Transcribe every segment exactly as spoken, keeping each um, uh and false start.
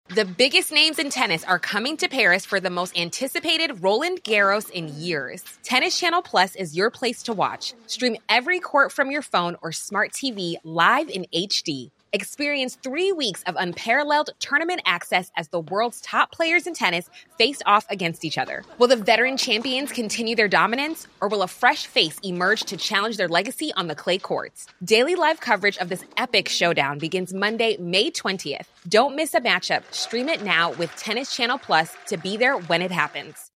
The biggest names in tennis are coming to Paris for the most anticipated Roland Garros in years. Tennis Channel Plus is your place to watch. Stream every court from your phone or smart T V live in H D. Experience three weeks of unparalleled tournament access as the world's top players in tennis face off against each other. Will the veteran champions continue their dominance, or will a fresh face emerge to challenge their legacy on the clay courts? Daily live coverage of this epic showdown begins Monday, May twentieth. Don't miss a matchup. Stream it now with Tennis Channel Plus to be there when it happens.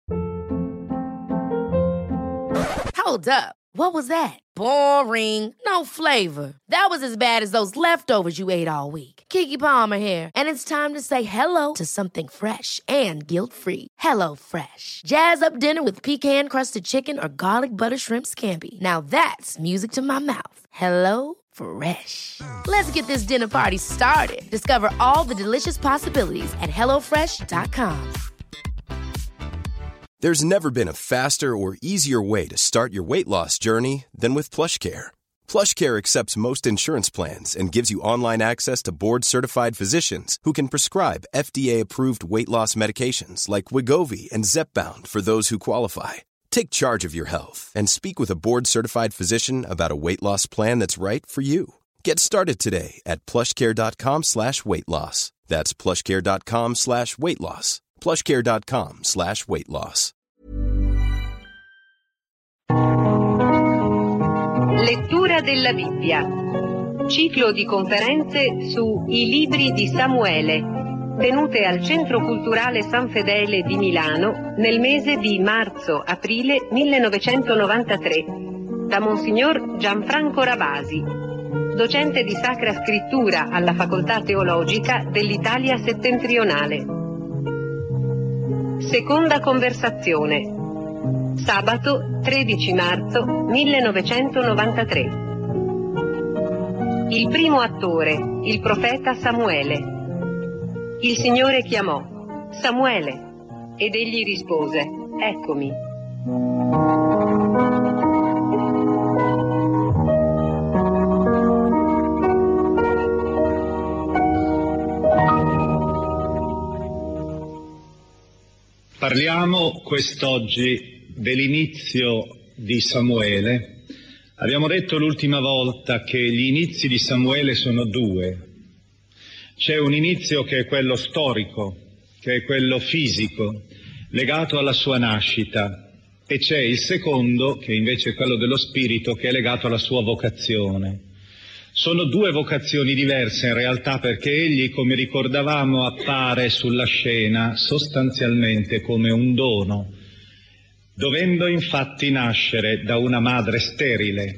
Hold up. What was that? Boring. No flavor. That was as bad as those leftovers you ate all week. Keke Palmer here, and it's time to say hello to something fresh and guilt-free. Hello Fresh. Jazz up dinner with pecan-crusted chicken or garlic butter shrimp scampi. Now that's music to my mouth. Hello Fresh. Let's get this dinner party started. Discover all the delicious possibilities at hello fresh dot com. There's never been a faster or easier way to start your weight loss journey than with PlushCare. PlushCare accepts most insurance plans and gives you online access to board-certified physicians who can prescribe F D A-approved weight loss medications like Wegovy and Zepbound for those who qualify. Take charge of your health and speak with a board-certified physician about a weight loss plan that's right for you. Get started today at plushcare.com slash weight loss. That's plushcare.com slash weight loss. plushcare.com slash weight loss. Lettura della Bibbia. Ciclo di conferenze su I libri di Samuele, tenute al Centro Culturale San Fedele di Milano nel mese di marzo-aprile millenovecentonovantatré, da Monsignor Gianfranco Ravasi, docente di Sacra Scrittura alla Facoltà Teologica dell'Italia Settentrionale. Seconda conversazione. Sabato tredici marzo millenovecentonovantatré. Il primo attore, il profeta Samuele. Il Signore chiamò: Samuele, ed egli rispose: eccomi. Parliamo quest'oggi dell'inizio di Samuele. Abbiamo detto l'ultima volta che gli inizi di Samuele sono due. C'è un inizio che è quello storico, che è quello fisico, legato alla sua nascita, e c'è il secondo, che invece è quello dello spirito, che è legato alla sua vocazione. Sono due vocazioni diverse in realtà, perché egli, come ricordavamo, appare sulla scena sostanzialmente come un dono, dovendo infatti nascere da una madre sterile.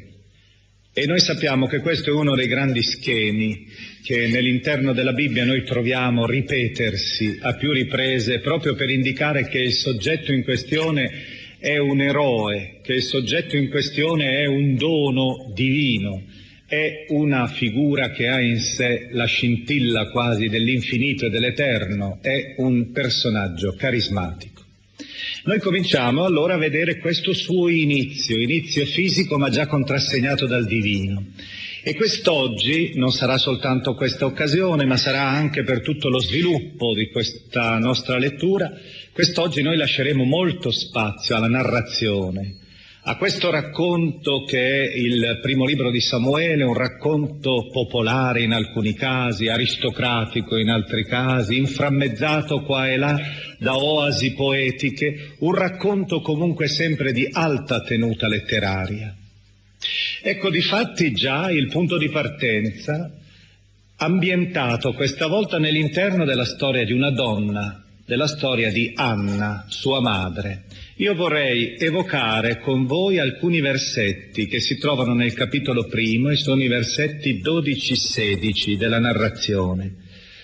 E noi sappiamo che questo è uno dei grandi schemi che nell'interno della Bibbia noi troviamo ripetersi a più riprese, proprio per indicare che il soggetto in questione è un eroe, che il soggetto in questione è un dono divino, è una figura che ha in sé la scintilla quasi dell'infinito e dell'eterno, è un personaggio carismatico. Noi cominciamo allora a vedere questo suo inizio, inizio fisico ma già contrassegnato dal divino. E quest'oggi non sarà soltanto questa occasione, ma sarà anche per tutto lo sviluppo di questa nostra lettura. Quest'oggi noi lasceremo molto spazio alla narrazione, a questo racconto che è il primo libro di Samuele, un racconto popolare in alcuni casi, aristocratico in altri casi, inframmezzato qua e là da oasi poetiche, un racconto comunque sempre di alta tenuta letteraria. Ecco difatti già il punto di partenza, ambientato questa volta nell'interno della storia di una donna, della storia di Anna, sua madre. Io vorrei evocare con voi alcuni versetti che si trovano nel capitolo primo e sono i versetti dodici sedici della narrazione.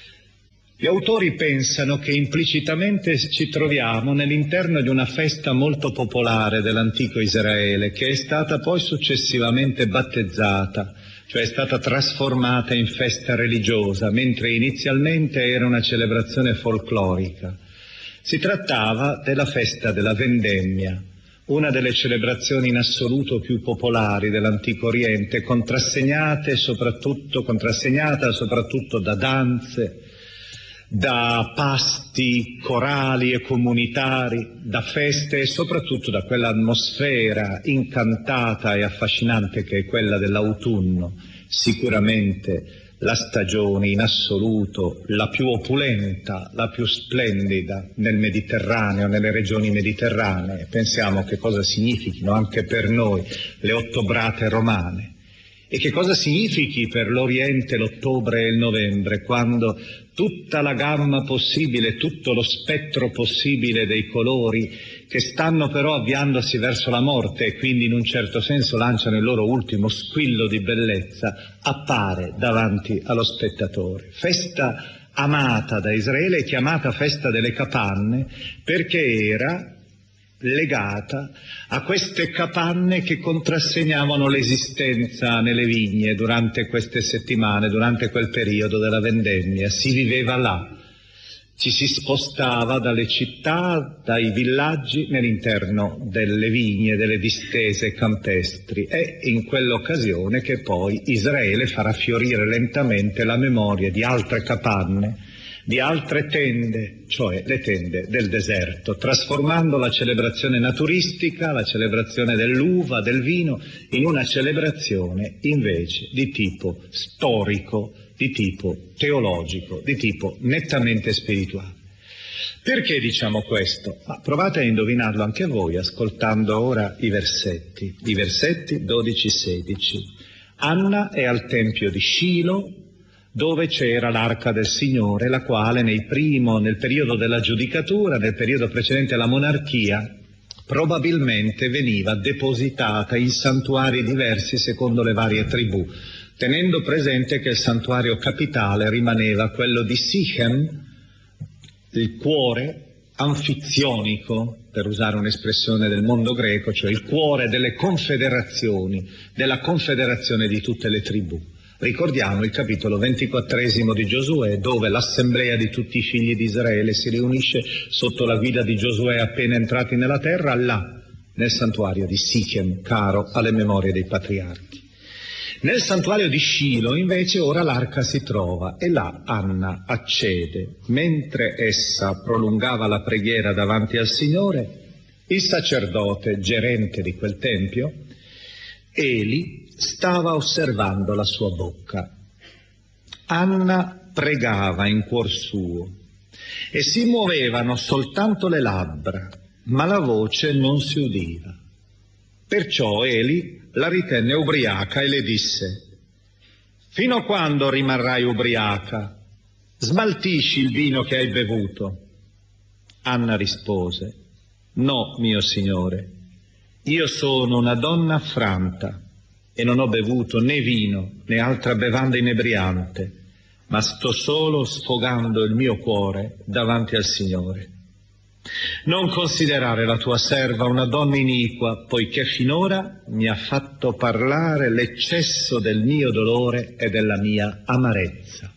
Gli autori pensano che implicitamente ci troviamo nell'interno di una festa molto popolare dell'antico Israele, che è stata poi successivamente battezzata, cioè è stata trasformata in festa religiosa, mentre inizialmente era una celebrazione folclorica. Si trattava della festa della vendemmia, una delle celebrazioni in assoluto più popolari dell'Antico Oriente, contrassegnate soprattutto, contrassegnata soprattutto da danze, da pasti corali e comunitari, da feste e soprattutto da quell'atmosfera incantata e affascinante che è quella dell'autunno, sicuramente la stagione in assoluto la più opulenta, la più splendida nel Mediterraneo, nelle regioni mediterranee. Pensiamo che cosa significhino anche per noi le ottobrate romane e che cosa significhi per l'Oriente l'ottobre e il novembre, quando tutta la gamma possibile, tutto lo spettro possibile dei colori che stanno però avviandosi verso la morte e quindi in un certo senso lanciano il loro ultimo squillo di bellezza, appare davanti allo spettatore. Festa amata da Israele e chiamata festa delle capanne perché era legata a queste capanne che contrassegnavano l'esistenza nelle vigne durante queste settimane, durante quel periodo della vendemmia. Si viveva là. Ci si spostava dalle città, dai villaggi nell'interno delle vigne, delle distese campestri. È in quell'occasione che poi Israele farà fiorire lentamente la memoria di altre capanne, di altre tende, cioè le tende del deserto, trasformando la celebrazione naturistica, la celebrazione dell'uva, del vino, in una celebrazione invece di tipo storico, di tipo teologico, di tipo nettamente spirituale. Perché diciamo questo? Ma provate a indovinarlo anche voi ascoltando ora i versetti, i versetti dodici sedici. Anna è al tempio di Scilo, dove c'era l'arca del Signore, la quale nel primo, nel periodo della giudicatura, nel periodo precedente alla monarchia, probabilmente veniva depositata in santuari diversi secondo le varie tribù, tenendo presente che il santuario capitale rimaneva quello di Sichem, il cuore anfizionico, per usare un'espressione del mondo greco, cioè il cuore delle confederazioni, della confederazione di tutte le tribù. Ricordiamo il capitolo ventiquattresimo di Giosuè, dove l'assemblea di tutti i figli di Israele si riunisce sotto la guida di Giosuè appena entrati nella terra, là, nel santuario di Sichem, caro alle memorie dei patriarchi. Nel santuario di Scilo invece ora l'arca si trova e là Anna accede. Mentre essa prolungava la preghiera davanti al Signore, il sacerdote gerente di quel tempio, Eli, stava osservando la sua bocca. Anna pregava in cuor suo e si muovevano soltanto le labbra, ma la voce non si udiva. Perciò Eli la ritenne ubriaca e le disse: «Fino a quando rimarrai ubriaca? Smaltisci il vino che hai bevuto». Anna rispose: «No, mio signore, io sono una donna affranta e non ho bevuto né vino né altra bevanda inebriante, ma sto solo sfogando il mio cuore davanti al Signore. Non considerare la tua serva una donna iniqua, poiché finora mi ha fatto parlare l'eccesso del mio dolore e della mia amarezza».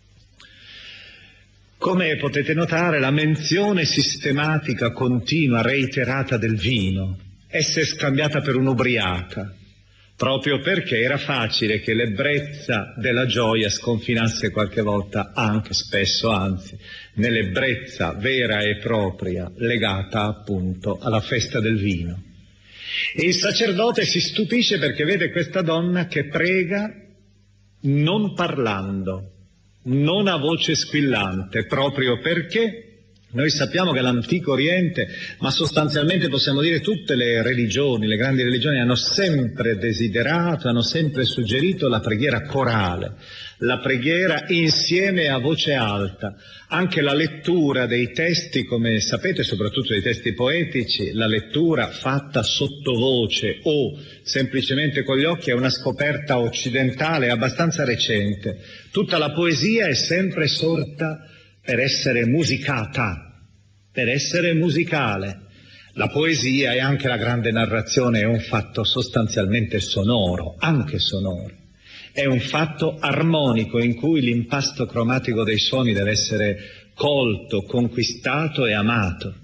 Come potete notare, la menzione sistematica, continua, reiterata del vino, essa è scambiata per un'ubriaca, proprio perché era facile che l'ebbrezza della gioia sconfinasse qualche volta, anche spesso anzi, nell'ebbrezza vera e propria legata appunto alla festa del vino. E il sacerdote si stupisce perché vede questa donna che prega non parlando, non a voce squillante, proprio perché noi sappiamo che l'antico Oriente, ma sostanzialmente possiamo dire tutte le religioni, le grandi religioni, hanno sempre desiderato, hanno sempre suggerito la preghiera corale, la preghiera insieme a voce alta. Anche la lettura dei testi, come sapete, soprattutto dei testi poetici, la lettura fatta sottovoce o semplicemente con gli occhi è una scoperta occidentale abbastanza recente. Tutta la poesia è sempre sorta per essere musicata, per essere musicale. La poesia e anche la grande narrazione è un fatto sostanzialmente sonoro, anche sonoro. È un fatto armonico in cui l'impasto cromatico dei suoni deve essere colto, conquistato e amato.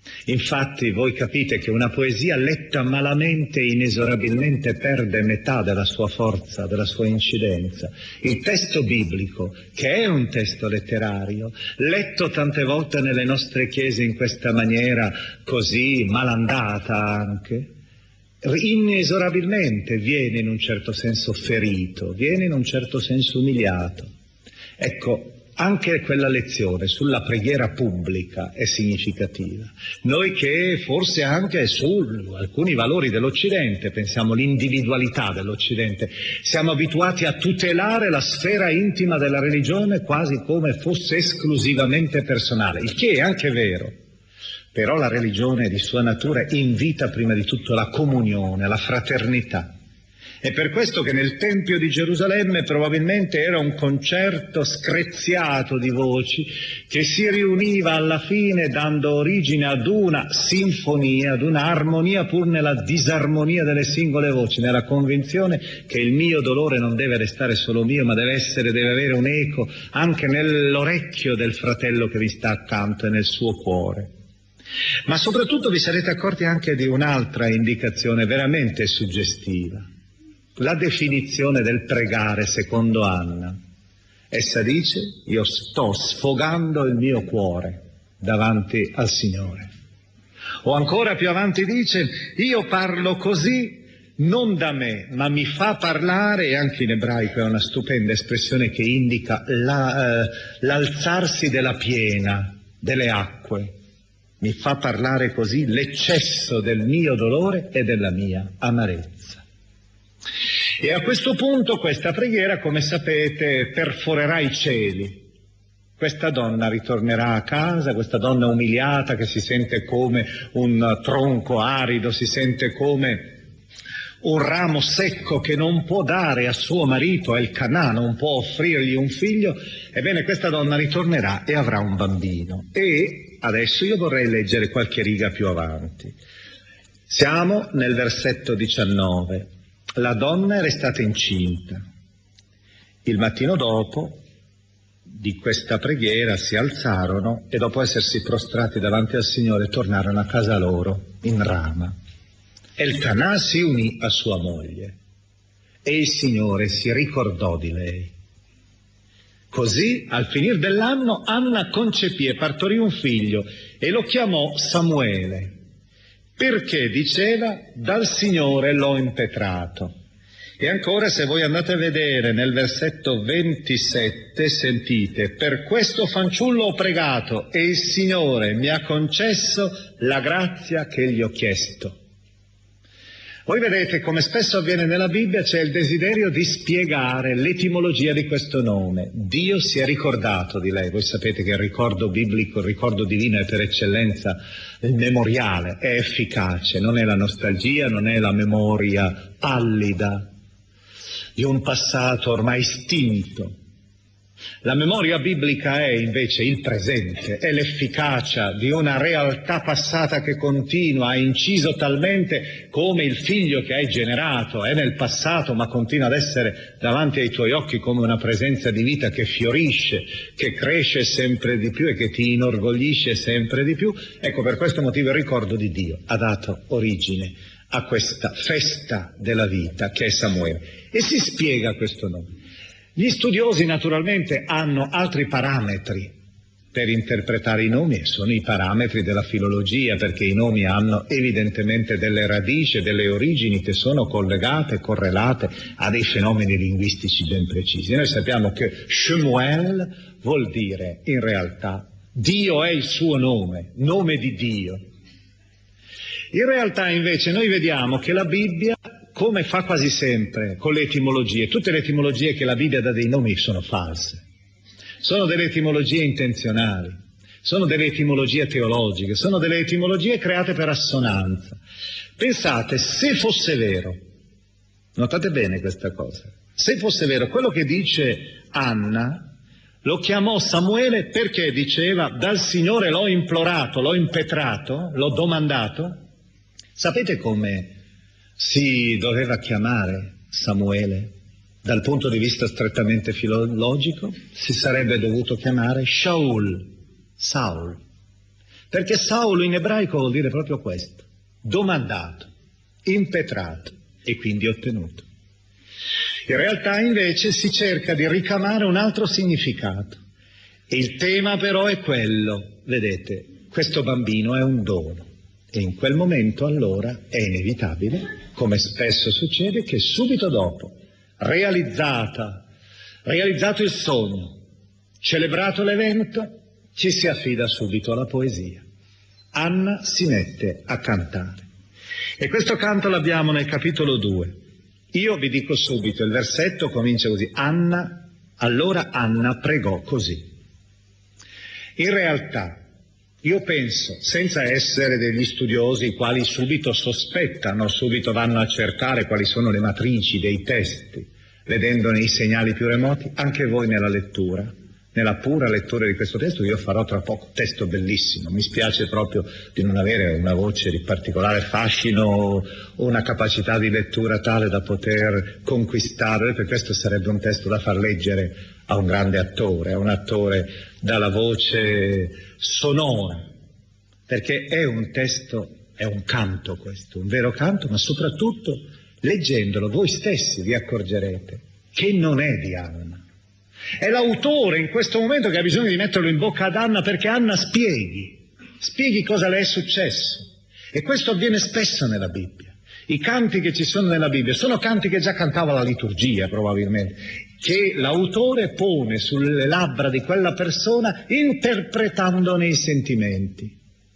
Infatti voi capite che una poesia letta malamente inesorabilmente perde metà della sua forza, della sua incidenza. Il testo biblico, che è un testo letterario, letto tante volte nelle nostre chiese in questa maniera così malandata anche, inesorabilmente viene in un certo senso ferito, viene in un certo senso umiliato. Ecco, anche quella lezione sulla preghiera pubblica è significativa. Noi che forse anche su alcuni valori dell'Occidente, pensiamo l'individualità dell'Occidente, siamo abituati a tutelare la sfera intima della religione quasi come fosse esclusivamente personale, il che è anche vero. Però la religione di sua natura invita prima di tutto la comunione, la fraternità. È per questo che nel Tempio di Gerusalemme probabilmente era un concerto screziato di voci che si riuniva alla fine dando origine ad una sinfonia, ad una armonia pur nella disarmonia delle singole voci, nella convinzione che il mio dolore non deve restare solo mio, ma deve essere, deve avere un eco anche nell'orecchio del fratello che vi sta accanto e nel suo cuore. Ma soprattutto vi sarete accorti anche di un'altra indicazione veramente suggestiva. La definizione del pregare secondo Anna. Essa dice: io sto sfogando il mio cuore davanti al Signore. O ancora più avanti dice: io parlo così non da me, ma mi fa parlare, e anche in ebraico è una stupenda espressione che indica la, eh, l'alzarsi della piena delle acque. Mi fa parlare così l'eccesso del mio dolore e della mia amarezza. E a questo punto questa preghiera, come sapete, perforerà i cieli. Questa donna ritornerà a casa, questa donna umiliata che si sente come un tronco arido, si sente come un ramo secco che non può dare a suo marito, Elkanah, non può offrirgli un figlio. Ebbene, questa donna ritornerà e avrà un bambino. E adesso io vorrei leggere qualche riga più avanti. Siamo nel versetto diciannove. La donna era stata incinta. Il mattino dopo di questa preghiera si alzarono e dopo essersi prostrati davanti al Signore tornarono a casa loro in Rama. Elkanah si unì a sua moglie e il Signore si ricordò di lei. Così, al finir dell'anno, Anna concepì e partorì un figlio e lo chiamò Samuele, perché diceva: dal Signore l'ho impetrato. E ancora, se voi andate a vedere nel versetto ventisette, sentite: per questo fanciullo ho pregato e il Signore mi ha concesso la grazia che gli ho chiesto. Voi vedete, come spesso avviene nella Bibbia, c'è il desiderio di spiegare l'etimologia di questo nome. Dio si è ricordato di lei. Voi sapete che il ricordo biblico, il ricordo divino è per eccellenza il memoriale, è efficace, non è la nostalgia, non è la memoria pallida di un passato ormai estinto. La memoria biblica è invece il presente, è l'efficacia di una realtà passata che continua, ha inciso talmente come il figlio che hai generato, è nel passato ma continua ad essere davanti ai tuoi occhi come una presenza di vita che fiorisce, che cresce sempre di più e che ti inorgoglisce sempre di più. Ecco, per questo motivo il ricordo di Dio ha dato origine a questa festa della vita che è Samuele. E si spiega questo nome. Gli studiosi naturalmente hanno altri parametri per interpretare i nomi, e sono i parametri della filologia, perché i nomi hanno evidentemente delle radici, delle origini che sono collegate, correlate a dei fenomeni linguistici ben precisi. Noi sappiamo che Shemuel vuol dire in realtà Dio è il suo nome, nome di Dio. In realtà invece noi vediamo che la Bibbia, come fa quasi sempre con le etimologie, tutte le etimologie che la Bibbia dà dei nomi sono false, sono delle etimologie intenzionali, sono delle etimologie teologiche, sono delle etimologie create per assonanza. Pensate, se fosse vero, notate bene questa cosa, se fosse vero quello che dice Anna, lo chiamò Samuele perché diceva: dal Signore l'ho implorato, l'ho impetrato, l'ho domandato. Sapete come si doveva chiamare Samuele? Dal punto di vista strettamente filologico si sarebbe dovuto chiamare Shaul, Saul, perché Saulo in ebraico vuol dire proprio questo, domandato, impetrato e quindi ottenuto. In realtà invece si cerca di ricamare un altro significato. Il tema però è quello, vedete, questo bambino è un dono e in quel momento allora è inevitabile, come spesso succede, che subito dopo, realizzata, realizzato il sogno, celebrato l'evento, ci si affida subito alla poesia. Anna si mette a cantare e questo canto l'abbiamo nel capitolo due. Io vi dico subito, il versetto comincia così: Anna, allora Anna pregò così. In realtà, io penso, senza essere degli studiosi i quali subito sospettano, subito vanno a cercare quali sono le matrici dei testi, vedendone i segnali più remoti, anche voi nella lettura, nella pura lettura di questo testo, io farò tra poco, testo bellissimo, mi spiace proprio di non avere una voce di particolare fascino o una capacità di lettura tale da poter conquistarlo, per questo sarebbe un testo da far leggere a un grande attore, a un attore dalla voce sonora, perché è un testo, è un canto questo, un vero canto, ma soprattutto leggendolo voi stessi vi accorgerete che non è di Anna. È l'autore in questo momento che ha bisogno di metterlo in bocca ad Anna perché Anna spieghi, spieghi cosa le è successo. E questo avviene spesso nella Bibbia. I canti che ci sono nella Bibbia sono canti che già cantava la liturgia probabilmente, che l'autore pone sulle labbra di quella persona interpretandone i sentimenti.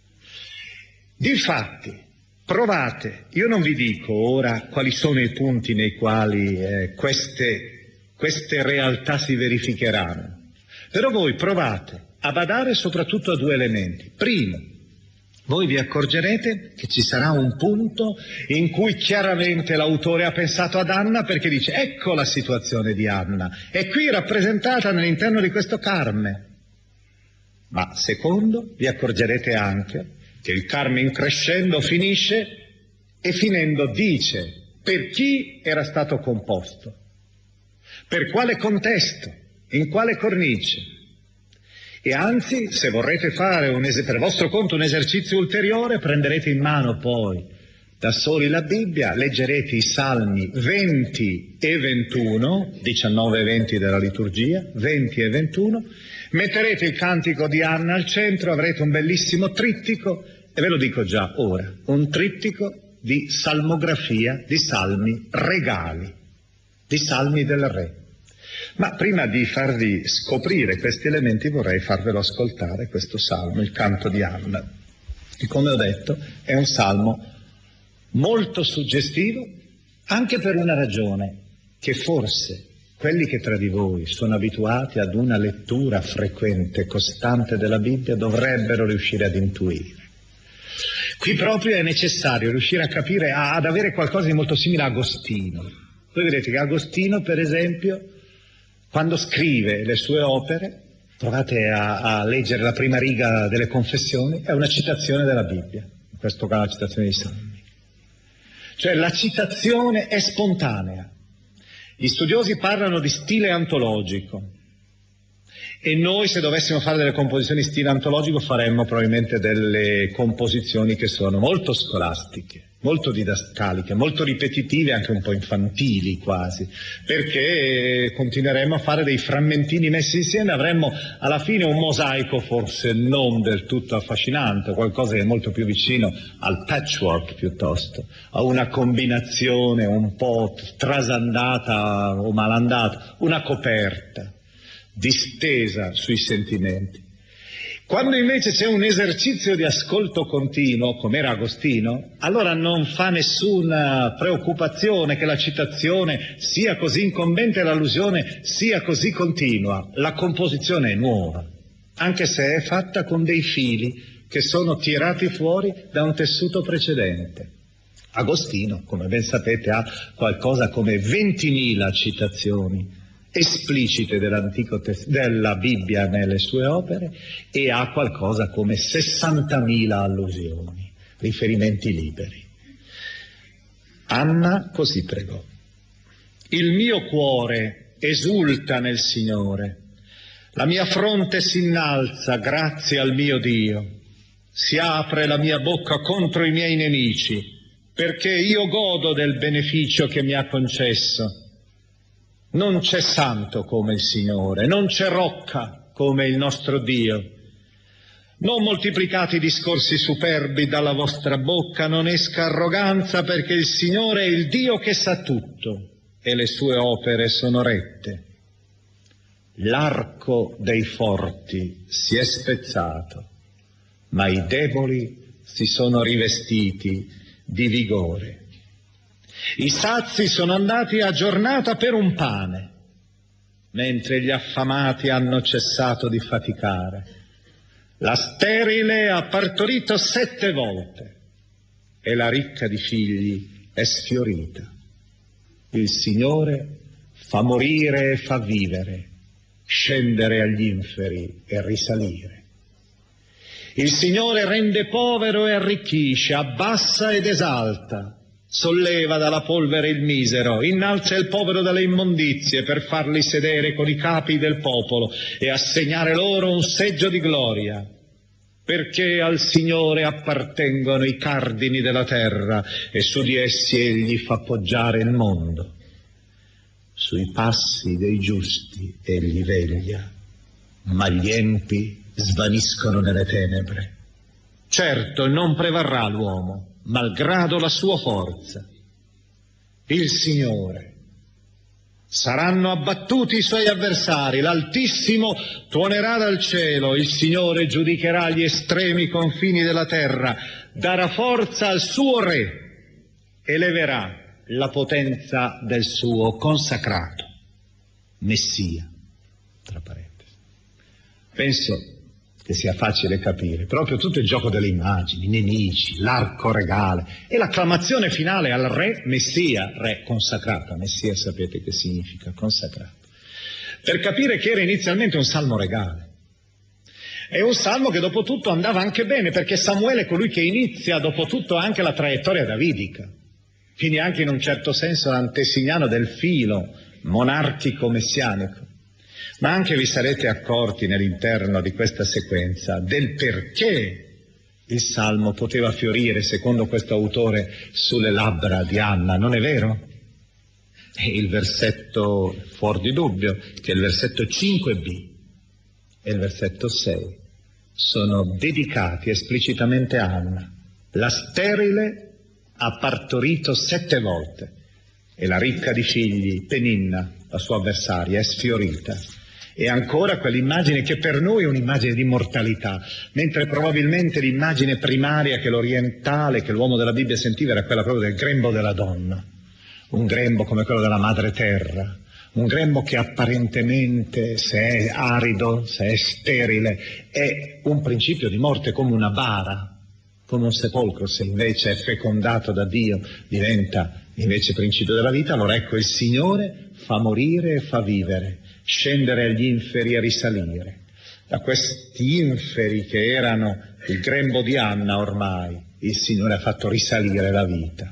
Difatti, provate, io non vi dico ora quali sono i punti nei quali eh, queste Queste realtà si verificheranno, però voi provate a badare soprattutto a due elementi. Primo, voi vi accorgerete che ci sarà un punto in cui chiaramente l'autore ha pensato ad Anna perché dice: ecco la situazione di Anna, è qui rappresentata all'interno di questo Carme. Ma secondo, vi accorgerete anche che il Carmen crescendo finisce e finendo dice per chi era stato composto. Per quale contesto? In quale cornice? E anzi, se vorrete fare un es- per vostro conto un esercizio ulteriore, prenderete in mano poi da soli la Bibbia, leggerete i Salmi venti e ventuno, diciannove e venti della liturgia, venti e ventuno, metterete il cantico di Anna al centro, avrete un bellissimo trittico, e ve lo dico già ora, un trittico di salmografia, di salmi regali, di salmi del re. Ma prima di farvi scoprire questi elementi vorrei farvelo ascoltare questo salmo, il canto di Anna, che come ho detto è un salmo molto suggestivo anche per una ragione, che forse quelli che tra di voi sono abituati ad una lettura frequente, costante della Bibbia dovrebbero riuscire ad intuire. Qui proprio è necessario riuscire a capire, a, ad avere qualcosa di molto simile a Agostino. Voi vedete che Agostino, per esempio, quando scrive le sue opere, provate a, a leggere la prima riga delle Confessioni, è una citazione della Bibbia, in questo caso la citazione dei Salmi. Cioè la citazione è spontanea. Gli studiosi parlano di stile antologico e noi, se dovessimo fare delle composizioni di stile antologico, faremmo probabilmente delle composizioni che sono molto scolastiche, molto didascaliche, molto ripetitive, anche un po' infantili quasi, perché continueremo a fare dei frammentini messi insieme, avremmo alla fine un mosaico forse non del tutto affascinante, qualcosa che è molto più vicino al patchwork piuttosto, a una combinazione un po' trasandata o malandata, una coperta distesa sui sentimenti. Quando invece c'è un esercizio di ascolto continuo, come era Agostino, allora non fa nessuna preoccupazione che la citazione sia così incombente e l'allusione sia così continua. La composizione è nuova, anche se è fatta con dei fili che sono tirati fuori da un tessuto precedente. Agostino, come ben sapete, ha qualcosa come ventimila citazioni esplicite dell'antico tes- della Bibbia nelle sue opere e ha qualcosa come sessantamila allusioni, riferimenti liberi. Anna così pregò: il mio cuore esulta nel Signore, la mia fronte si innalza grazie al mio Dio. si apre la mia bocca contro i miei nemici, perché io godo del beneficio che mi ha concesso. Non c'è santo come il Signore, non c'è rocca come il nostro Dio. Non moltiplicate i discorsi superbi dalla vostra bocca, non esca arroganza, perché il Signore è il Dio che sa tutto e le sue opere sono rette. L'arco dei forti si è spezzato, ma i deboli si sono rivestiti di vigore. I sazi sono andati a giornata per un pane, mentre gli affamati hanno cessato di faticare. La sterile ha partorito sette volte e la ricca di figli è sfiorita. Il Signore fa morire e fa vivere, scendere agli inferi e risalire. Il Signore rende povero e arricchisce, abbassa ed esalta, solleva dalla polvere il misero, innalza il povero dalle immondizie per farli sedere con i capi del popolo e assegnare loro un seggio di gloria, perché al Signore appartengono i cardini della terra e su di essi egli fa poggiare il mondo. Sui passi dei giusti egli veglia, ma gli empi svaniscono nelle tenebre. Certo, non prevarrà l'uomo, malgrado la sua forza. Il Signore. Saranno abbattuti i suoi avversari, l'Altissimo tuonerà dal cielo, il Signore giudicherà gli estremi confini della terra, darà forza al suo Re, eleverà la potenza del suo consacrato, Messia, tra parentesi. Penso che sia facile capire, proprio tutto il gioco delle immagini, i nemici, l'arco regale e l'acclamazione finale al Re Messia, Re consacrato. Messia sapete che significa consacrato. Per capire che era inizialmente un salmo regale. È un salmo che dopo tutto andava anche bene, perché Samuele è colui che inizia dopo tutto anche la traiettoria davidica. Quindi anche in un certo senso l'antesignano del filo monarchico messianico. Ma anche vi sarete accorti nell'interno di questa sequenza del perché il Salmo poteva fiorire, secondo questo autore, sulle labbra di Anna, non è vero? E il versetto, fuori di dubbio, che il versetto cinque b e il versetto sei sono dedicati esplicitamente a Anna. La sterile ha partorito sette volte e la ricca di figli, Peninna, la sua avversaria, è sfiorita. E ancora quell'immagine che per noi è un'immagine di mortalità, mentre probabilmente l'immagine primaria che l'orientale, che l'uomo della Bibbia sentiva, era quella proprio del grembo della donna, un grembo come quello della madre terra, un grembo che apparentemente, se è arido, se è sterile, è un principio di morte, come una bara, come un sepolcro. Se invece è fecondato da Dio diventa invece principio della vita. Allora ecco, il Signore fa morire e fa vivere, scendere agli inferi e risalire. Da questi inferi che erano il grembo di Anna ormai, il Signore ha fatto risalire la vita.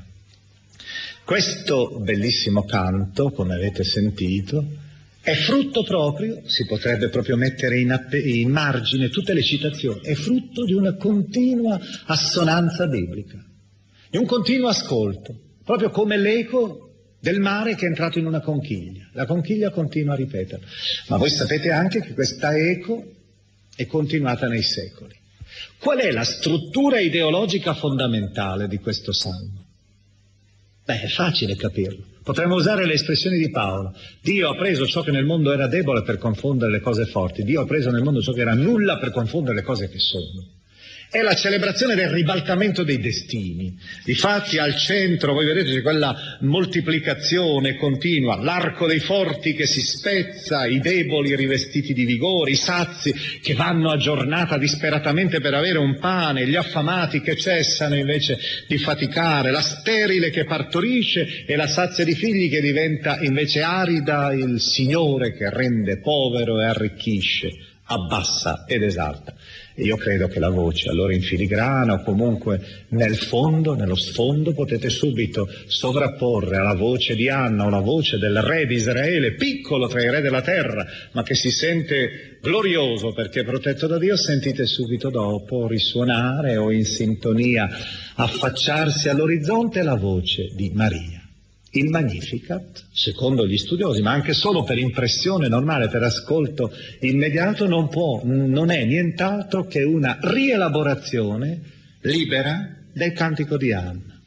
Questo bellissimo canto, come avete sentito, è frutto proprio, si potrebbe proprio mettere in, app- in margine tutte le citazioni, è frutto di una continua assonanza biblica, di un continuo ascolto, proprio come l'eco del mare che è entrato in una conchiglia. La conchiglia continua a ripetere. Ma voi sapete anche che questa eco è continuata nei secoli. Qual è la struttura ideologica fondamentale di questo salmo? Beh, è facile capirlo. Potremmo usare le espressioni di Paolo. Dio ha preso ciò che nel mondo era debole per confondere le cose forti. Dio ha preso nel mondo ciò che era nulla per confondere le cose che sono. È la celebrazione del ribaltamento dei destini. Difatti al centro, voi vedete, c'è quella moltiplicazione continua, l'arco dei forti che si spezza, i deboli rivestiti di vigore, i sazi che vanno a giornata disperatamente per avere un pane, gli affamati che cessano invece di faticare, la sterile che partorisce e la sazia di figli che diventa invece arida, il Signore che rende povero e arricchisce, abbassa ed esalta. Io credo che la voce, allora in filigrana o comunque nel fondo, nello sfondo, potete subito sovrapporre alla voce di Anna o la voce del re di Israele, piccolo tra i re della terra, ma che si sente glorioso perché è protetto da Dio. Sentite subito dopo risuonare o in sintonia affacciarsi all'orizzonte la voce di Maria. Il Magnificat, secondo gli studiosi, ma anche solo per impressione normale, per ascolto immediato, non può, non è nient'altro che una rielaborazione libera del Cantico di Anna.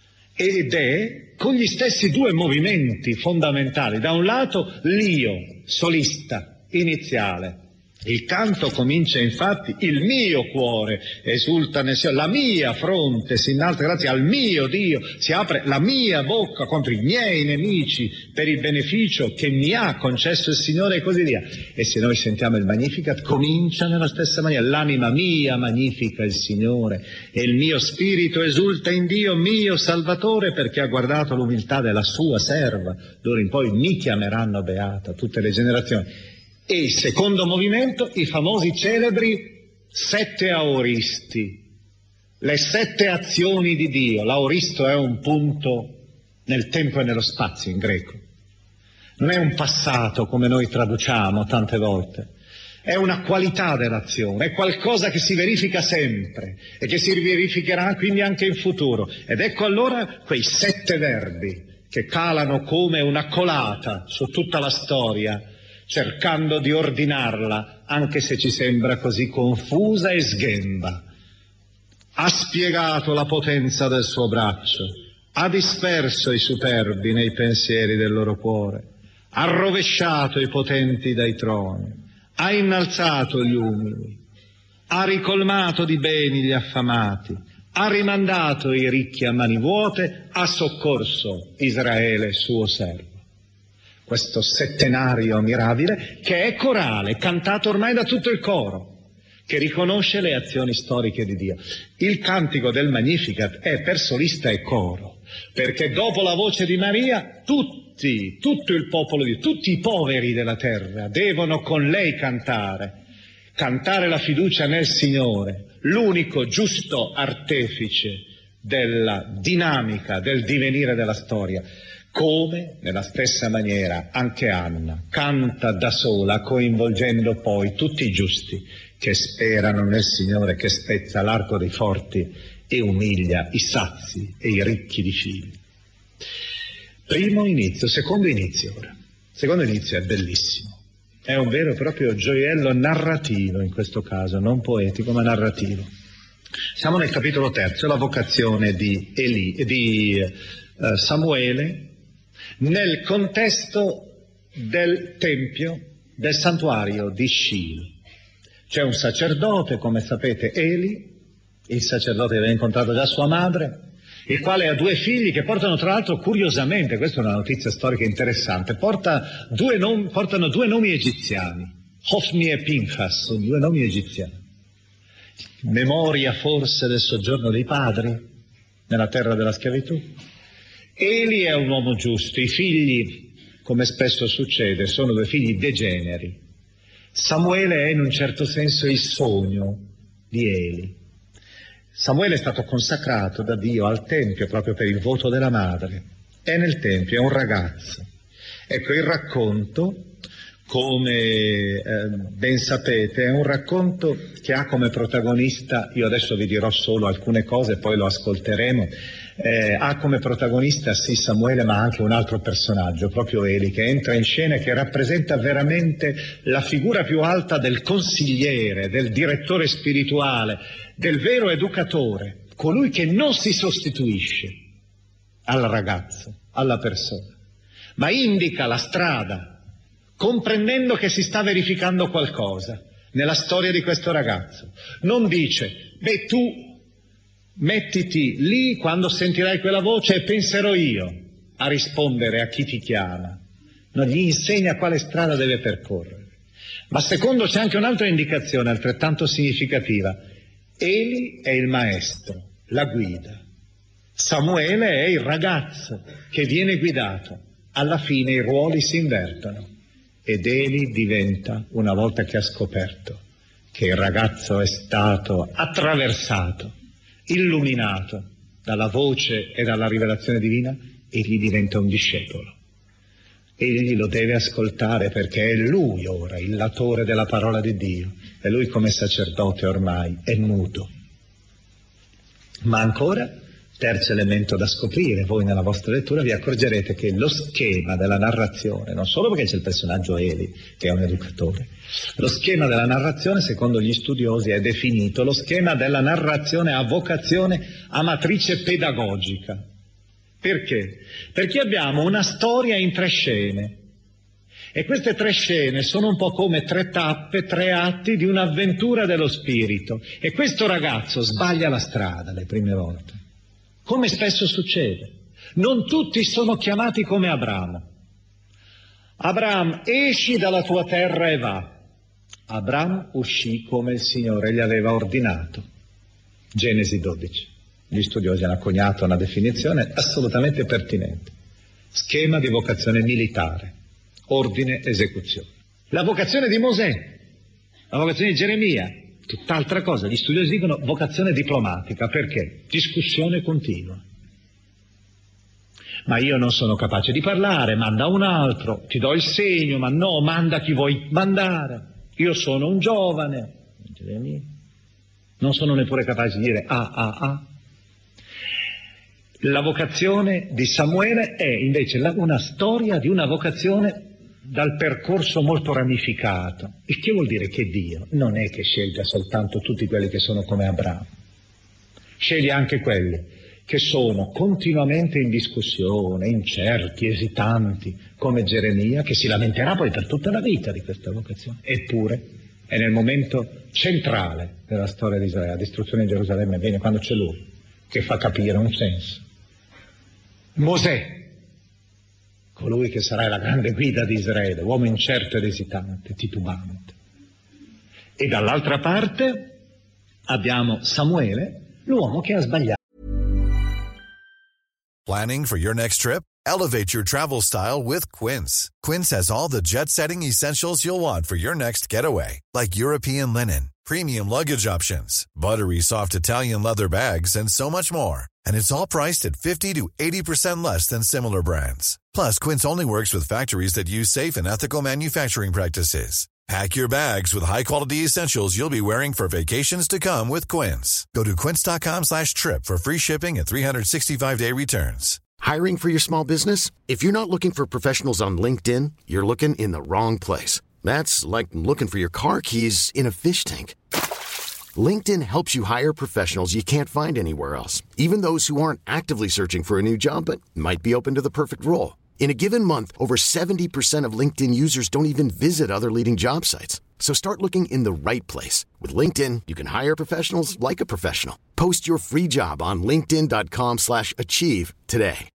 Ed è con gli stessi due movimenti fondamentali. Da un lato l'io, solista, iniziale. Il canto comincia infatti, il mio cuore esulta nel Signore, la mia fronte si innalza grazie al mio Dio, si apre la mia bocca contro i miei nemici per il beneficio che mi ha concesso il Signore e così via. E se noi sentiamo il Magnificat comincia nella stessa maniera, l'anima mia magnifica il Signore e il mio spirito esulta in Dio mio Salvatore perché ha guardato l'umiltà della sua serva, d'ora in poi mi chiameranno beata tutte le generazioni. E il secondo movimento, i famosi celebri sette aoristi, le sette azioni di Dio. L'aoristo è un punto nel tempo e nello spazio in greco. Non è un passato come noi traduciamo tante volte, è una qualità dell'azione, è qualcosa che si verifica sempre e che si verificherà quindi anche in futuro. Ed ecco allora quei sette verbi che calano come una colata su tutta la storia, cercando di ordinarla, anche se ci sembra così confusa e sghemba. Ha spiegato la potenza del suo braccio, ha disperso i superbi nei pensieri del loro cuore, ha rovesciato i potenti dai troni, ha innalzato gli umili, ha ricolmato di beni gli affamati, ha rimandato i ricchi a mani vuote, ha soccorso Israele suo servo. Questo settenario mirabile che è corale, cantato ormai da tutto il coro, che riconosce le azioni storiche di Dio. Il cantico del Magnificat è per solista e coro, perché dopo la voce di Maria tutti, tutto il popolo di Dio, tutti i poveri della terra devono con lei cantare, cantare la fiducia nel Signore, l'unico giusto artefice della dinamica, del divenire della storia. Come, nella stessa maniera, anche Anna canta da sola, coinvolgendo poi tutti i giusti che sperano nel Signore, che spezza l'arco dei forti e umilia i sazi e i ricchi di figli. Primo inizio, secondo inizio ora. Secondo inizio è bellissimo. È un vero e proprio gioiello narrativo in questo caso, non poetico ma narrativo. Siamo nel capitolo terzo, la vocazione di, Eli, di uh, Samuele, nel contesto del tempio, del santuario di Scilo. C'è un sacerdote, come sapete, Eli, il sacerdote aveva incontrato già sua madre, il quale ha due figli che portano tra l'altro curiosamente, questa è una notizia storica interessante, porta due nomi, portano due nomi egiziani, Hofni e Pinchas, sono due nomi egiziani. Memoria forse del soggiorno dei padri nella terra della schiavitù. Eli è un uomo giusto, i figli, come spesso succede, sono due figli degeneri. Samuele è in un certo senso il sogno di Eli. Samuele è stato consacrato da Dio al Tempio proprio per il voto della madre. È nel Tempio, è un ragazzo. Ecco, il racconto, come eh, ben sapete, è un racconto che ha come protagonista, io adesso vi dirò solo alcune cose, poi lo ascolteremo, Eh, ha come protagonista sì Samuele ma anche un altro personaggio, proprio Eli, che entra in scena e che rappresenta veramente la figura più alta del consigliere, del direttore spirituale, del vero educatore, colui che non si sostituisce al ragazzo, alla persona, ma indica la strada, comprendendo che si sta verificando qualcosa nella storia di questo ragazzo. Non dice, beh tu mettiti lì quando sentirai quella voce e penserò io a rispondere a chi ti chiama. Non gli insegna quale strada deve percorrere. Ma secondo c'è anche un'altra indicazione altrettanto significativa. Eli è il maestro, la guida. Samuele è il ragazzo che viene guidato. Alla fine i ruoli si invertono ed Eli diventa, una volta che ha scoperto che il ragazzo è stato attraversato, illuminato dalla voce e dalla rivelazione divina, egli diventa un discepolo. Egli lo deve ascoltare perché è lui ora il latore della parola di Dio e lui come sacerdote ormai è muto. Ma ancora, terzo elemento da scoprire, voi nella vostra lettura vi accorgerete che lo schema della narrazione, non solo perché c'è il personaggio Eli, che è un educatore, lo schema della narrazione, secondo gli studiosi, è definito lo schema della narrazione a vocazione a matrice pedagogica. Perché? Perché abbiamo una storia in tre scene. E queste tre scene sono un po' come tre tappe, tre atti di un'avventura dello spirito. E questo ragazzo sbaglia la strada le prime volte, come spesso succede. Non tutti sono chiamati come Abramo. Abramo, esci dalla tua terra e va. Abramo uscì come il Signore gli aveva ordinato. Genesi dodici. Gli studiosi hanno coniato una definizione assolutamente pertinente. Schema di vocazione militare. Ordine, esecuzione. La vocazione di Mosè, la vocazione di Geremia, tutt'altra cosa. Gli studiosi dicono vocazione diplomatica. Perché? Discussione continua. Ma io non sono capace di parlare, manda un altro, ti do il segno, ma no, manda chi vuoi mandare. Io sono un giovane, Geremia. Non sono neppure capace di dire ah, ah, ah. La vocazione di Samuele è invece una storia di una vocazione dal percorso molto ramificato. Il che vuol dire che Dio non è che sceglie soltanto tutti quelli che sono come Abramo, sceglie anche quelli che sono continuamente in discussione, incerti, esitanti, come Geremia, che si lamenterà poi per tutta la vita di questa vocazione. Eppure è nel momento centrale della storia di Israele, la distruzione di Gerusalemme, viene quando c'è lui, che fa capire un senso. Mosè, colui che sarà la grande guida di Israele, uomo incerto ed esitante, titubante. E dall'altra parte abbiamo Samuele, l'uomo che ha sbagliato. Planning for your next trip? Elevate your travel style with Quince. Quince has all the jet-setting essentials you'll want for your next getaway, like European linen, premium luggage options, buttery soft Italian leather bags, and so much more. And it's all priced at fifty to eighty percent less than similar brands. Plus, Quince only works with factories that use safe and ethical manufacturing practices. Pack your bags with high-quality essentials you'll be wearing for vacations to come with Quince. Go to quince.com slash trip for free shipping and three sixty-five day returns. Hiring for your small business? If you're not looking for professionals on LinkedIn, you're looking in the wrong place. That's like looking for your car keys in a fish tank. LinkedIn helps you hire professionals you can't find anywhere else, even those who aren't actively searching for a new job but might be open to the perfect role. In a given month, over seventy percent of LinkedIn users don't even visit other leading job sites. So start looking in the right place. With LinkedIn, you can hire professionals like a professional. Post your free job on linkedin.com slash achieve today.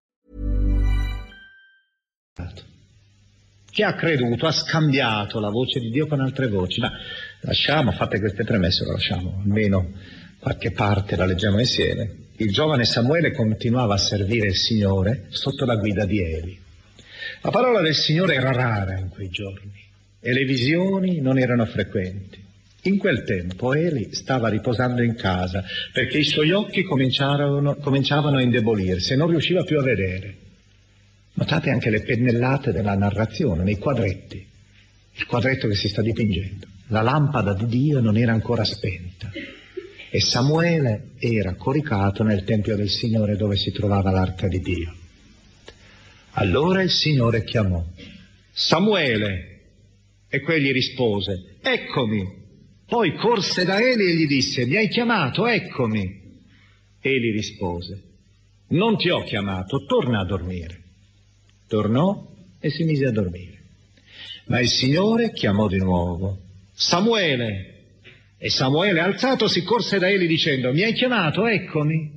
Chi ha creduto ha scambiato la voce di Dio con altre voci. Ma lasciamo, fatte queste premesse, lo lasciamo, almeno qualche parte la leggiamo insieme. Il giovane Samuele continuava a servire il Signore sotto la guida di Eli. La parola del Signore era rara in quei giorni e le visioni non erano frequenti. In quel tempo Eli stava riposando in casa perché i suoi occhi cominciavano, cominciavano a indebolirsi e non riusciva più a vedere. Notate anche le pennellate della narrazione, nei quadretti, il quadretto che si sta dipingendo. La lampada di Dio non era ancora spenta e Samuele era coricato nel Tempio del Signore dove si trovava l'arca di Dio. Allora il Signore chiamò: Samuele! E quegli rispose: eccomi. Poi corse da Eli e gli disse: mi hai chiamato, eccomi. Eli rispose: non ti ho chiamato, torna a dormire. Tornò e si mise a dormire. Ma il Signore chiamò di nuovo: Samuele! E Samuele, alzatosi, corse da Eli dicendo: mi hai chiamato, eccomi.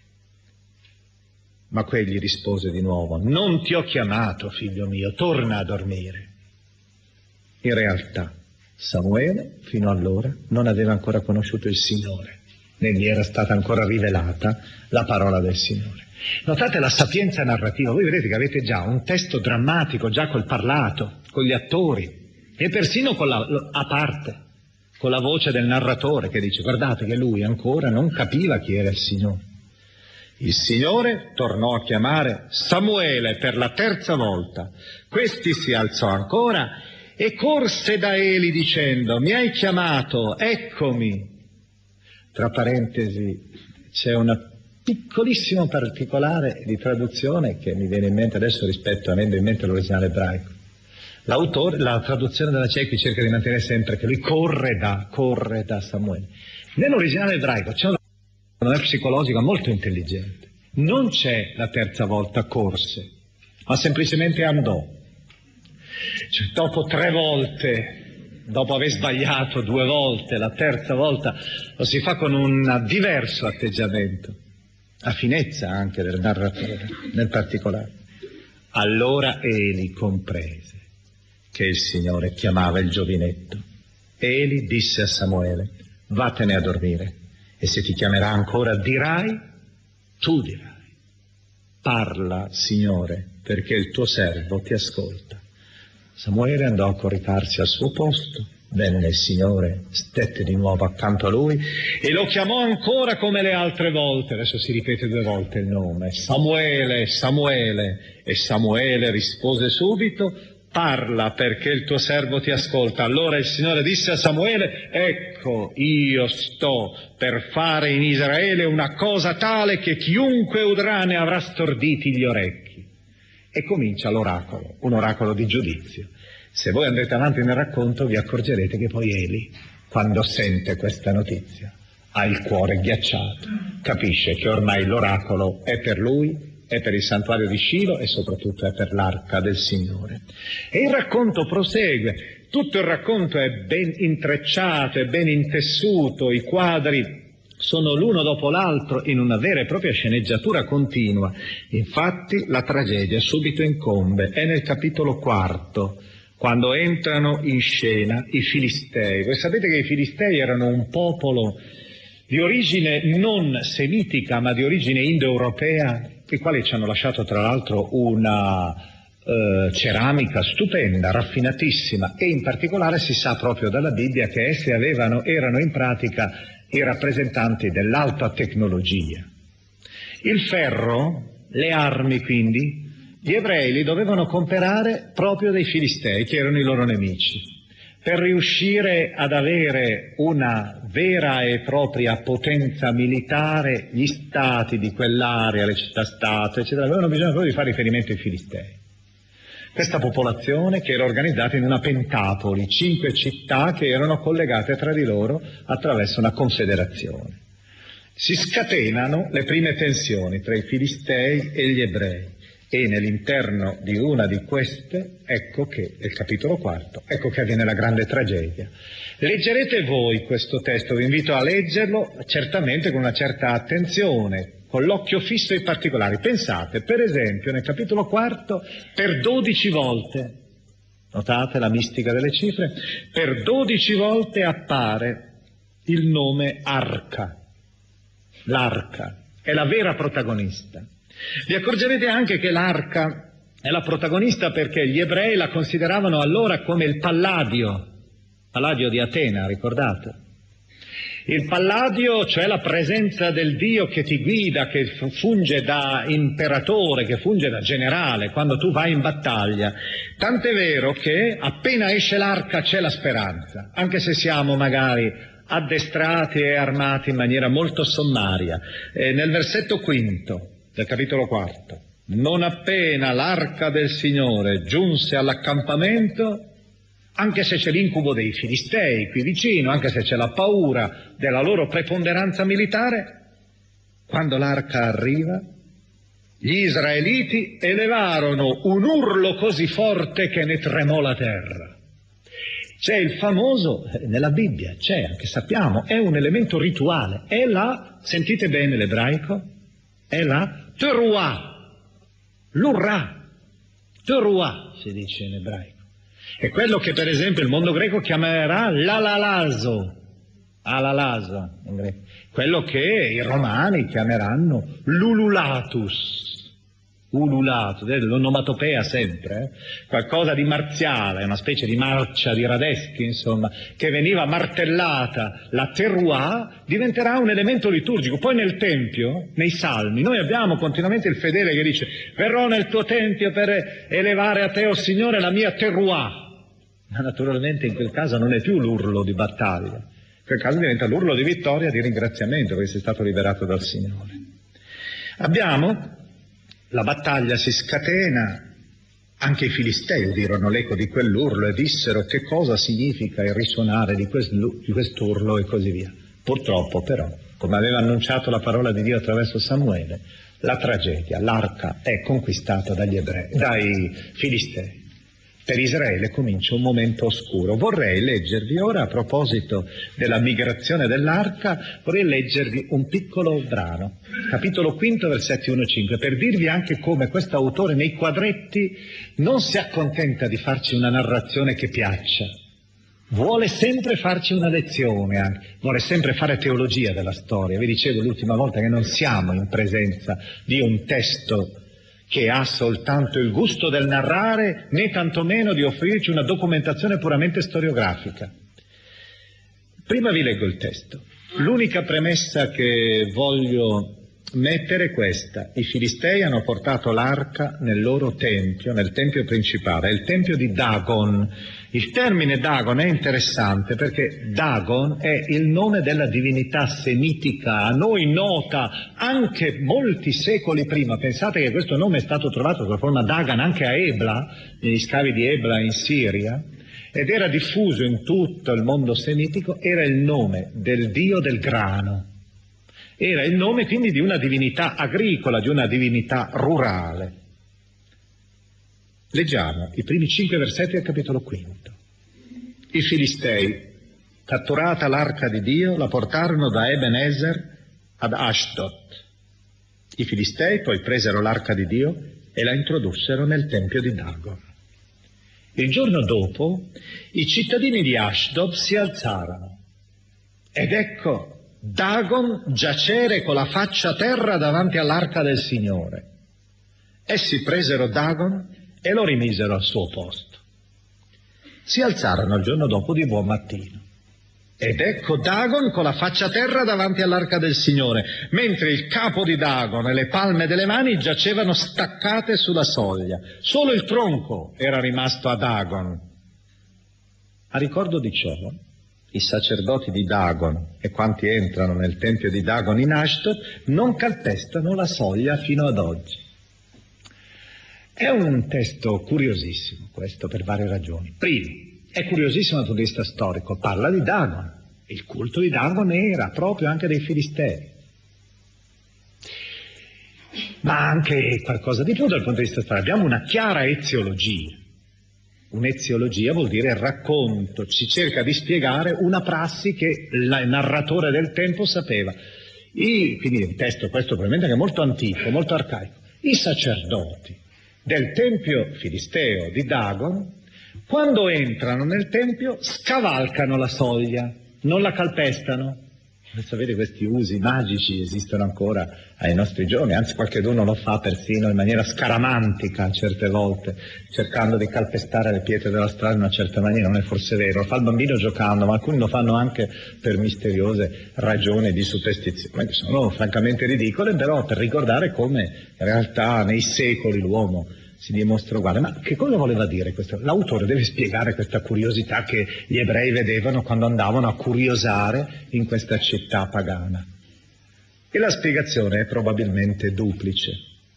Ma quegli rispose di nuovo: non ti ho chiamato, figlio mio, torna a dormire. In realtà Samuele fino allora non aveva ancora conosciuto il Signore, né gli era stata ancora rivelata la parola del Signore. Notate la sapienza narrativa, voi vedete che avete già un testo drammatico, già col parlato, con gli attori e persino con la, a parte. con la voce del narratore che dice: guardate che lui ancora non capiva chi era il Signore. Il Signore tornò a chiamare Samuele per la terza volta. Questi si alzò ancora e corse da Eli dicendo: mi hai chiamato, eccomi. Tra parentesi c'è una piccolissimo particolare di traduzione che mi viene in mente adesso rispetto avendo in mente l'originale ebraico. L'autore, la traduzione della Cecchi cerca di mantenere sempre che lui corre da, corre da Samuele. Nell'originale ebraico c'è una psicologica molto intelligente. Non c'è la terza volta corse, ma semplicemente andò. Cioè, dopo tre volte, dopo aver sbagliato due volte, la terza volta lo si fa con un diverso atteggiamento. La finezza anche del narratore, nel particolare. Allora Eli comprese che il Signore chiamava il giovinetto. Eli disse a Samuele: vattene a dormire, e se ti chiamerà ancora dirai, tu dirai: parla, Signore, perché il tuo servo ti ascolta. Samuele andò a coricarsi al suo posto. Venne il Signore, stette di nuovo accanto a lui e lo chiamò ancora come le altre volte. Adesso si ripete due volte il nome: Samuele, Samuele. E Samuele rispose subito: parla, perché il tuo servo ti ascolta. Allora il Signore disse a Samuele: ecco, io sto per fare in Israele una cosa tale che chiunque udrà ne avrà storditi gli orecchi. E comincia l'oracolo, un oracolo di giudizio. Se voi andrete avanti nel racconto vi accorgerete che poi Eli, quando sente questa notizia, ha il cuore ghiacciato, capisce che ormai l'oracolo è per lui, è per il santuario di Scilo e soprattutto è per l'arca del Signore. E il racconto prosegue, tutto il racconto è ben intrecciato, è ben intessuto, i quadri sono l'uno dopo l'altro in una vera e propria sceneggiatura continua. Infatti la tragedia subito incombe, è nel capitolo quarto, quando entrano in scena i Filistei. Voi sapete che i Filistei erano un popolo di origine non semitica, ma di origine indoeuropea, i quali ci hanno lasciato tra l'altro una eh, ceramica stupenda, raffinatissima, e in particolare si sa proprio dalla Bibbia che essi avevano, erano in pratica i rappresentanti dell'alta tecnologia. Il ferro, le armi quindi, gli ebrei li dovevano comprare proprio dai Filistei, che erano i loro nemici, per riuscire ad avere una vera e propria potenza militare. Gli stati di quell'area, le città-stato, eccetera, avevano bisogno proprio di fare riferimento ai Filistei. Questa popolazione che era organizzata in una pentapoli, cinque città che erano collegate tra di loro attraverso una confederazione. Si scatenano le prime tensioni tra i Filistei e gli ebrei. E nell'interno di una di queste, ecco che, nel capitolo quarto, ecco che avviene la grande tragedia. Leggerete voi questo testo, vi invito a leggerlo certamente con una certa attenzione, con l'occhio fisso ai particolari. Pensate, per esempio, nel capitolo quarto, per dodici volte, notate la mistica delle cifre, per dodici volte appare il nome Arca. L'arca è la vera protagonista. Vi accorgerete anche che l'arca è la protagonista perché gli ebrei la consideravano allora come il Palladio, Palladio di Atena, ricordate? Il Palladio, cioè la presenza del Dio che ti guida, che funge da imperatore, che funge da generale quando tu vai in battaglia. Tant'è vero che appena esce l'arca c'è la speranza, anche se siamo magari addestrati e armati in maniera molto sommaria. E nel versetto quinto del capitolo quarto: non appena l'arca del Signore giunse all'accampamento, anche se c'è l'incubo dei Filistei qui vicino, anche se c'è la paura della loro preponderanza militare, quando l'arca arriva, gli israeliti elevarono un urlo così forte che ne tremò la terra. C'è il famoso, nella Bibbia c'è, anche sappiamo, è un elemento rituale, è la, sentite bene l'ebraico, è la teruah, l'urrà, teruah si dice in ebraico. È quello che per esempio il mondo greco chiamerà l'alalaso, alalaso in greco, quello che i romani chiameranno l'ululatus, ululato, l'onomatopea sempre, eh? Qualcosa di marziale, una specie di marcia di Radetzky, insomma, che veniva martellata, la terroir, diventerà un elemento liturgico. Poi nel Tempio, nei Salmi, noi abbiamo continuamente il fedele che dice verrò nel tuo Tempio per elevare a te, o Signore, la mia terroir. Ma naturalmente in quel caso non è più l'urlo di battaglia, in quel caso diventa l'urlo di vittoria, di ringraziamento perché sei stato liberato dal Signore. Abbiamo la battaglia, si scatena, anche i Filistei udirono l'eco di quell'urlo e dissero che cosa significa il risuonare di, di quest'urlo e così via. Purtroppo però, come aveva annunciato la parola di Dio attraverso Samuele, la tragedia, l'arca è conquistata dagli ebrei, dai Filistei. Per Israele comincia un momento oscuro. Vorrei leggervi ora, a proposito della migrazione dell'arca, vorrei leggervi un piccolo brano, capitolo quinto, versetti uno e cinque, per dirvi anche come questo autore nei quadretti non si accontenta di farci una narrazione che piaccia, vuole sempre farci una lezione, anche. Vuole sempre fare teologia della storia. Vi dicevo l'ultima volta che non siamo in presenza di un testo che ha soltanto il gusto del narrare, né tantomeno di offrirci una documentazione puramente storiografica. Prima vi leggo il testo. L'unica premessa che voglio mettere è questa. I Filistei hanno portato l'arca nel loro tempio, nel tempio principale, è il tempio di Dagon. Il termine Dagon è interessante perché Dagon è il nome della divinità semitica, a noi nota anche molti secoli prima. Pensate che questo nome è stato trovato sotto forma Dagan anche a Ebla, negli scavi di Ebla in Siria, ed era diffuso in tutto il mondo semitico, era il nome del dio del grano. Era il nome quindi di una divinità agricola, di una divinità rurale. Leggiamo i primi cinque versetti del capitolo quinto. I Filistei, catturata l'arca di Dio, la portarono da Ebenezer ad Ashdod. I Filistei poi presero l'arca di Dio e la introdussero nel tempio di Dagon. Il giorno dopo i cittadini di Ashdod si alzarono ed ecco Dagon giacere con la faccia a terra davanti all'arca del Signore. Essi presero Dagon e lo rimisero al suo posto. Si alzarono il giorno dopo di buon mattino. Ed ecco Dagon con la faccia a terra davanti all'arca del Signore, mentre il capo di Dagon e le palme delle mani giacevano staccate sulla soglia. Solo il tronco era rimasto a Dagon. A ricordo di ciò, i sacerdoti di Dagon e quanti entrano nel tempio di Dagon in Ashdod non calpestano la soglia fino ad oggi. È un testo curiosissimo questo per varie ragioni. Primo, è curiosissimo dal punto di vista storico, parla di Dagon. Il culto di Dagon era proprio anche dei Filistei. Ma anche qualcosa di più dal punto di vista storico. Abbiamo una chiara eziologia. Un'eziologia vuol dire racconto, si cerca di spiegare una prassi che il narratore del tempo sapeva. I, quindi il testo questo probabilmente che è molto antico, molto arcaico. I sacerdoti del tempio filisteo di Dagon, quando entrano nel tempio, scavalcano la soglia, non la calpestano. Sapete, questi usi magici esistono ancora ai nostri giorni, anzi qualcheduno lo fa persino in maniera scaramantica certe volte, cercando di calpestare le pietre della strada in una certa maniera. Non è forse vero, lo fa il bambino giocando, ma alcuni lo fanno anche per misteriose ragioni di superstizione, che sono francamente ridicole, però per ricordare come in realtà nei secoli l'uomo si dimostra uguale. Ma che cosa voleva dire questo? L'autore deve spiegare questa curiosità che gli ebrei vedevano quando andavano a curiosare in questa città pagana. E la spiegazione è probabilmente duplice.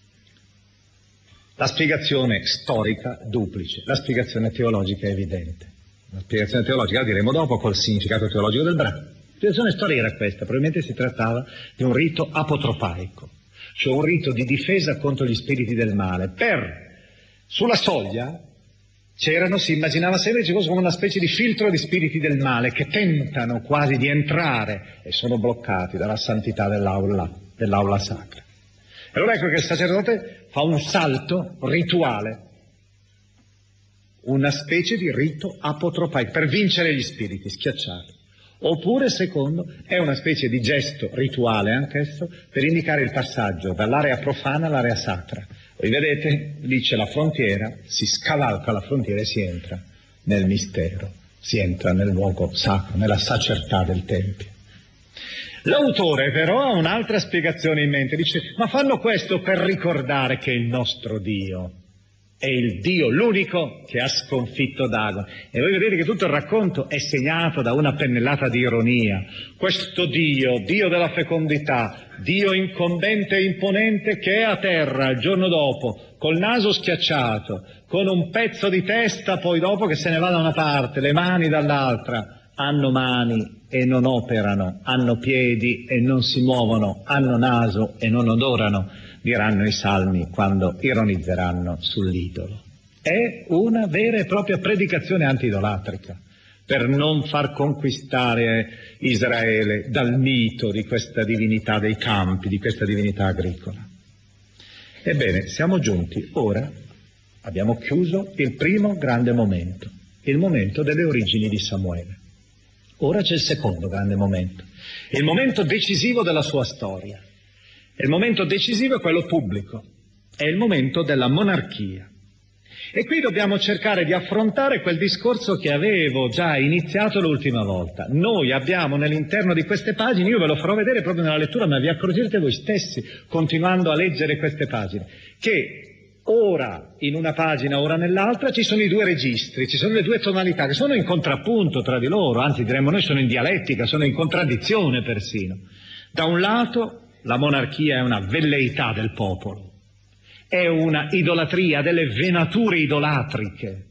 La spiegazione storica duplice, la spiegazione teologica è evidente. La spiegazione teologica la diremo dopo col significato teologico del brano. La spiegazione storica era questa, probabilmente si trattava di un rito apotropaico, cioè un rito di difesa contro gli spiriti del male. Per Sulla soglia c'erano, si immaginava sempre che ci fosse come una specie di filtro di spiriti del male che tentano quasi di entrare e sono bloccati dalla santità dell'aula, dell'aula sacra. E allora ecco che il sacerdote fa un salto rituale, una specie di rito apotropaico per vincere gli spiriti, schiacciarli. Oppure, secondo, è una specie di gesto rituale anch'esso per indicare il passaggio dall'area profana all'area sacra. Poi vedete, lì c'è la frontiera, si scavalca la frontiera e si entra nel mistero, si entra nel luogo sacro, nella sacerdtà del Tempio. L'autore però ha un'altra spiegazione in mente, dice: ma fanno questo per ricordare che il nostro Dio è il Dio, l'unico che ha sconfitto Dagon. E voi vedete che tutto il racconto è segnato da una pennellata di ironia. Questo Dio, Dio della fecondità, Dio incombente e imponente, che è a terra il giorno dopo, col naso schiacciato, con un pezzo di testa poi dopo che se ne va da una parte, le mani dall'altra. Hanno mani e non operano, hanno piedi e non si muovono, hanno naso e non odorano, diranno i salmi quando ironizzeranno sull'idolo. È una vera e propria predicazione antidolatrica per non far conquistare Israele dal mito di questa divinità dei campi, di questa divinità agricola. Ebbene, siamo giunti ora, abbiamo chiuso il primo grande momento, il momento delle origini di Samuele. Ora c'è il secondo grande momento, il momento decisivo della sua storia. Il momento decisivo è quello pubblico, è il momento della monarchia. E qui dobbiamo cercare di affrontare quel discorso che avevo già iniziato l'ultima volta. Noi abbiamo nell'interno di queste pagine, io ve lo farò vedere proprio nella lettura, ma vi accorgerete voi stessi, continuando a leggere queste pagine, che ora in una pagina, ora nell'altra, ci sono i due registri, ci sono le due tonalità che sono in contrappunto tra di loro, anzi diremmo noi sono in dialettica, sono in contraddizione persino. Da un lato la monarchia è una velleità del popolo, è una idolatria, delle venature idolatriche.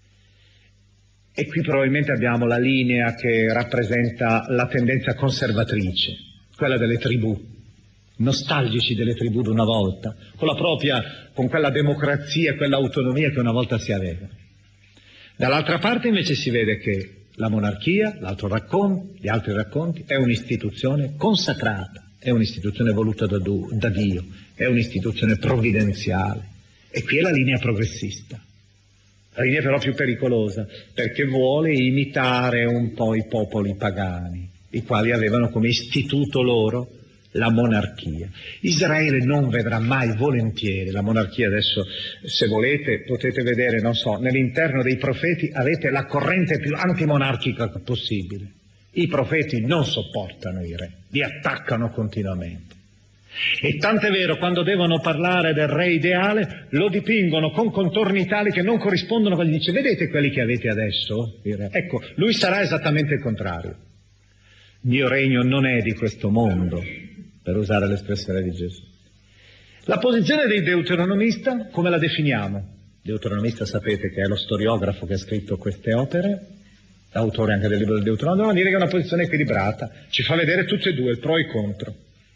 E qui probabilmente abbiamo la linea che rappresenta la tendenza conservatrice, quella delle tribù, nostalgici delle tribù d'una volta, con la propria, con quella democrazia e quell'autonomia che una volta si aveva. Dall'altra parte invece si vede che la monarchia, l'altro racconto, gli altri racconti, è un'istituzione consacrata, è un'istituzione voluta da, da Dio, è un'istituzione provvidenziale. E qui è la linea progressista, la linea però più pericolosa, perché vuole imitare un po' i popoli pagani, i quali avevano come istituto loro la monarchia. Israele non vedrà mai volentieri la monarchia. Adesso, se volete, potete vedere, non so, nell'interno dei profeti avete la corrente più antimonarchica possibile. I profeti non sopportano i re, li attaccano continuamente. E tant'è vero, quando devono parlare del re ideale, lo dipingono con contorni tali che non corrispondono a quelli. Dice: vedete quelli che avete adesso? Ecco, lui sarà esattamente il contrario. Il mio regno non è di questo mondo, per usare l'espressione di Gesù. La posizione dei deuteronomista, come la definiamo? Deuteronomista sapete che è lo storiografo che ha scritto queste opere, l'autore anche del libro del Deuteronomio, dobbiamo dire che è una posizione equilibrata, ci fa vedere tutti e due, il pro e il contro.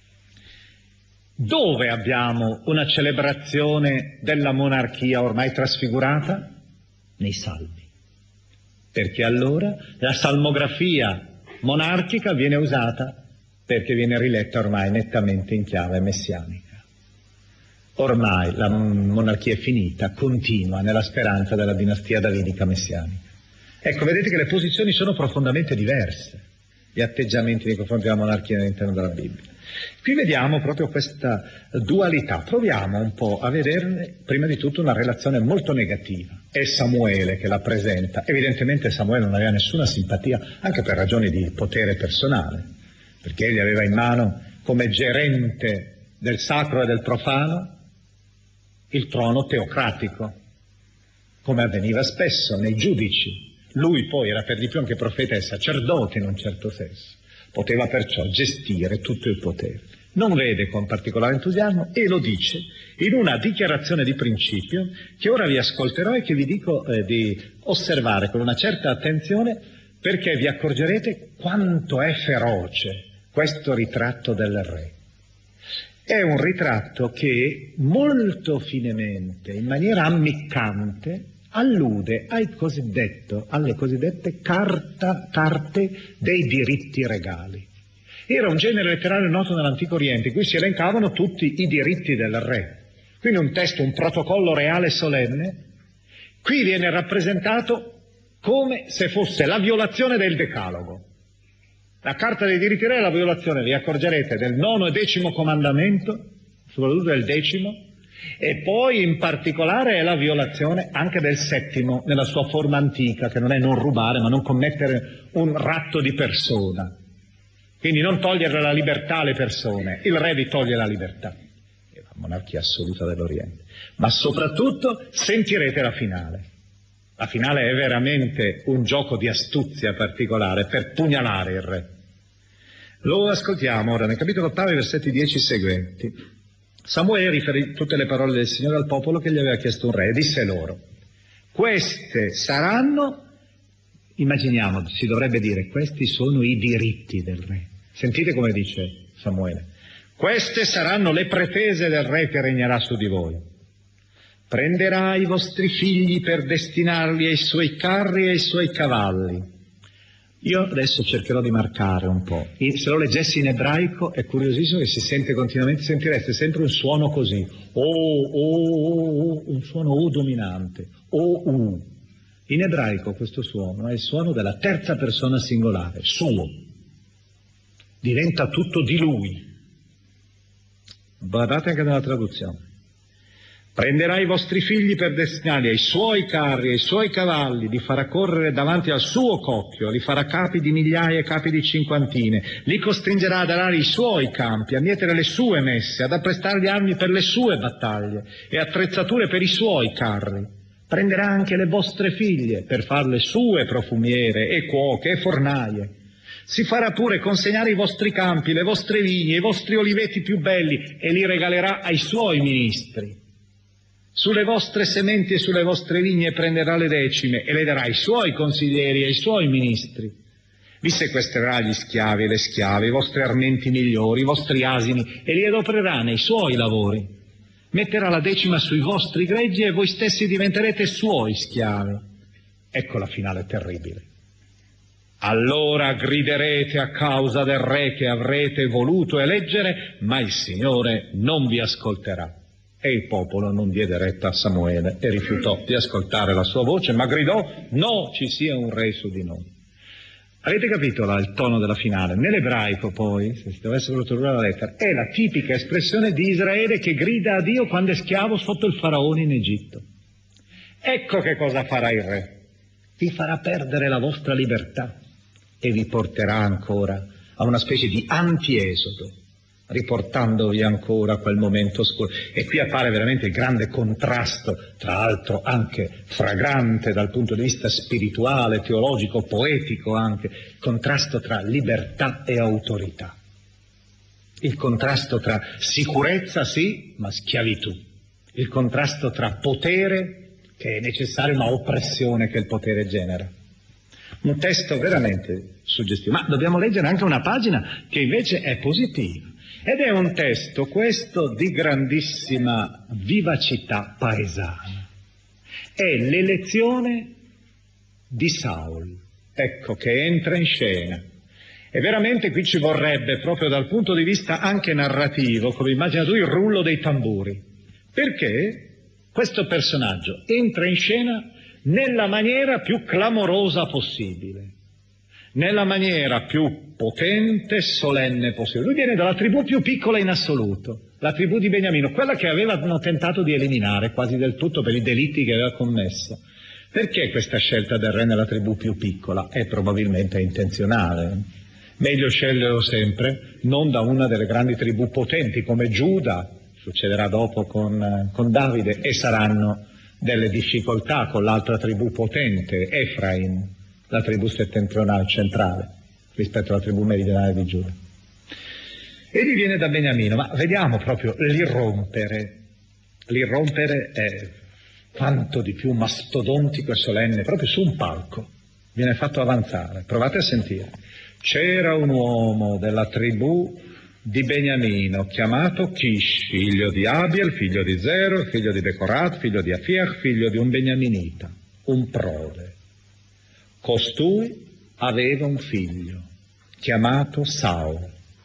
Dove abbiamo una celebrazione della monarchia ormai trasfigurata? Nei salmi. Perché allora la salmografia monarchica viene usata perché viene riletta ormai nettamente in chiave messianica. Ormai la monarchia è finita, continua nella speranza della dinastia davidica messianica. Ecco, vedete che le posizioni sono profondamente diverse, gli atteggiamenti nei confronti della monarchia all'interno della Bibbia. Qui vediamo proprio questa dualità, proviamo un po' a vederne prima di tutto una relazione molto negativa. È Samuele che la presenta, evidentemente Samuele non aveva nessuna simpatia, anche per ragioni di potere personale, perché egli aveva in mano come gerente del sacro e del profano il trono teocratico, come avveniva spesso nei giudici. Lui poi era per di più anche profeta e sacerdote in un certo senso, poteva perciò gestire tutto il potere. Non vede con particolare entusiasmo e lo dice in una dichiarazione di principio che ora vi ascolterò e che vi dico eh, di osservare con una certa attenzione, perché vi accorgerete quanto è feroce questo ritratto del re. È un ritratto che molto finemente, in maniera ammiccante, allude ai cosiddetto, alle cosiddette carta, carte dei diritti regali. Era un genere letterario noto nell'Antico Oriente, in cui si elencavano tutti i diritti del re. Quindi un testo, un protocollo reale e solenne, qui viene rappresentato come se fosse la violazione del Decalogo. La Carta dei diritti reali è la violazione, vi accorgerete, del nono e decimo comandamento, soprattutto del decimo, E poi in particolare è la violazione anche del settimo, nella sua forma antica, che non è non rubare, ma non commettere un ratto di persona. Quindi non togliere la libertà alle persone, il re vi toglie la libertà. È la monarchia assoluta dell'Oriente. Ma soprattutto sentirete la finale. La finale è veramente un gioco di astuzia particolare per pugnalare il re. Lo ascoltiamo ora nel capitolo ottavo, versetti dieci seguenti. Samuele riferì tutte le parole del Signore al popolo che gli aveva chiesto un re e disse loro: queste saranno, immaginiamo, si dovrebbe dire, questi sono i diritti del re. Sentite come dice Samuele: queste saranno le pretese del re che regnerà su di voi. Prenderà i vostri figli per destinarli ai suoi carri e ai suoi cavalli. Io adesso cercherò di marcare un po'. Se lo leggessi in ebraico è curiosissimo che si sente continuamente, sentireste sempre un suono così. O, o, o, un suono U dominante. O, U. In ebraico questo suono è il suono della terza persona singolare, suo. Diventa tutto di lui. Guardate anche nella traduzione. Prenderà i vostri figli per destinarli ai suoi carri e ai suoi cavalli, li farà correre davanti al suo cocchio, li farà capi di migliaia e capi di cinquantine, li costringerà ad arare i suoi campi, a mietere le sue messe, ad apprestargli armi per le sue battaglie e attrezzature per i suoi carri. Prenderà anche le vostre figlie per farle sue profumiere e cuoche e fornaie. Si farà pure consegnare i vostri campi, le vostre vigne, i vostri oliveti più belli e li regalerà ai suoi ministri. Sulle vostre sementi e sulle vostre vigne prenderà le decime e le darà ai suoi consiglieri e ai suoi ministri. Vi sequestrerà gli schiavi e le schiave, i vostri armenti migliori, i vostri asini, e li adopererà nei suoi lavori. Metterà la decima sui vostri greggi e voi stessi diventerete suoi schiavi. Ecco la finale terribile. Allora griderete a causa del re che avrete voluto eleggere, ma il Signore non vi ascolterà. E il popolo non diede retta a Samuele e rifiutò di ascoltare la sua voce, ma gridò: no, ci sia un re su di noi. Avete capito là, il tono della finale? Nell'ebraico poi, se si dovesse tradurre la lettera, è la tipica espressione di Israele che grida a Dio quando è schiavo sotto il faraone in Egitto. Ecco che cosa farà il re. Vi farà perdere la vostra libertà e vi porterà ancora a una specie di antiesodo, riportandovi ancora a quel momento oscuro. E qui appare veramente il grande contrasto, tra l'altro anche fragrante dal punto di vista spirituale, teologico, poetico anche, il contrasto tra libertà e autorità. Il contrasto tra sicurezza sì, ma schiavitù. Il contrasto tra potere, che è necessario, ma oppressione che il potere genera. Un testo veramente suggestivo. Ma dobbiamo leggere anche una pagina che invece è positiva. Ed è un testo, questo, di grandissima vivacità paesana. È l'elezione di Saul, ecco, che entra in scena. E veramente qui ci vorrebbe, proprio dal punto di vista anche narrativo, come immagina tu, il rullo dei tamburi. Perché questo personaggio entra in scena nella maniera più clamorosa possibile, nella maniera più potente e solenne possibile. Lui viene dalla tribù più piccola in assoluto, la tribù di Beniamino, quella che avevano tentato di eliminare quasi del tutto per i delitti che aveva commesso. Perché questa scelta del re nella tribù più piccola? È probabilmente intenzionale. Meglio sceglierlo sempre non da una delle grandi tribù potenti come Giuda, succederà dopo con, con Davide, e saranno delle difficoltà con l'altra tribù potente, Efraim, la tribù settentrionale centrale, rispetto alla tribù meridionale di Giuda. Egli viene da Beniamino, ma vediamo proprio l'irrompere. L'irrompere è quanto di più mastodontico e solenne, proprio su un palco. Viene fatto avanzare, provate a sentire. C'era un uomo della tribù di Beniamino, chiamato Kish, figlio di Abiel, figlio di Zero, figlio di Becorat, figlio di Afiach, figlio di un beniaminita, un prode. Costui aveva un figlio, chiamato Saul,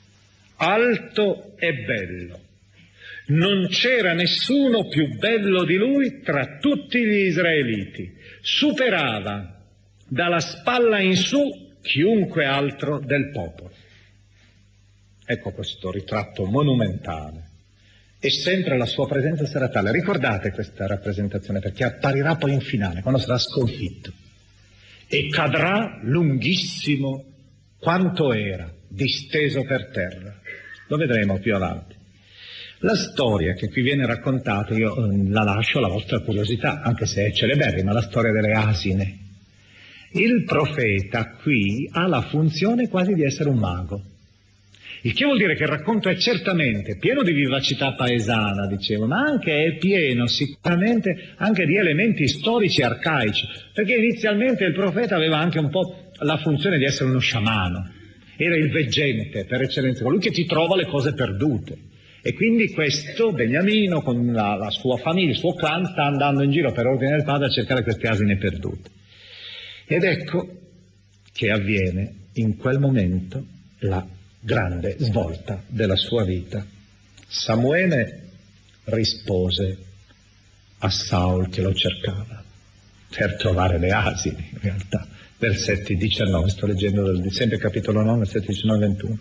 alto e bello. Non c'era nessuno più bello di lui tra tutti gli israeliti. Superava dalla spalla in su chiunque altro del popolo. Ecco questo ritratto monumentale e sempre la sua presenza sarà tale. Ricordate questa rappresentazione, perché apparirà poi in finale, quando sarà sconfitto, e cadrà lunghissimo quanto era, disteso per terra. Lo vedremo più avanti. La storia che qui viene raccontata, io eh, la lascio alla vostra curiosità, anche se è celeberrima, la storia delle asine. Il profeta qui ha la funzione quasi di essere un mago, il che vuol dire che il racconto è certamente pieno di vivacità paesana, dicevo, ma anche è pieno sicuramente anche di elementi storici arcaici, perché inizialmente il profeta aveva anche un po' la funzione di essere uno sciamano, era il veggente per eccellenza, colui che ti trova le cose perdute. E quindi questo Beniamino con la, la sua famiglia, il suo clan, sta andando in giro per ordine del padre a cercare queste asine perdute. Ed ecco che avviene in quel momento la grande svolta della sua vita. Samuele rispose a Saul che lo cercava per trovare le asini, in realtà. Versetti diciannove, sto leggendo dal sempre capitolo nove, versetti diciannove e ventuno.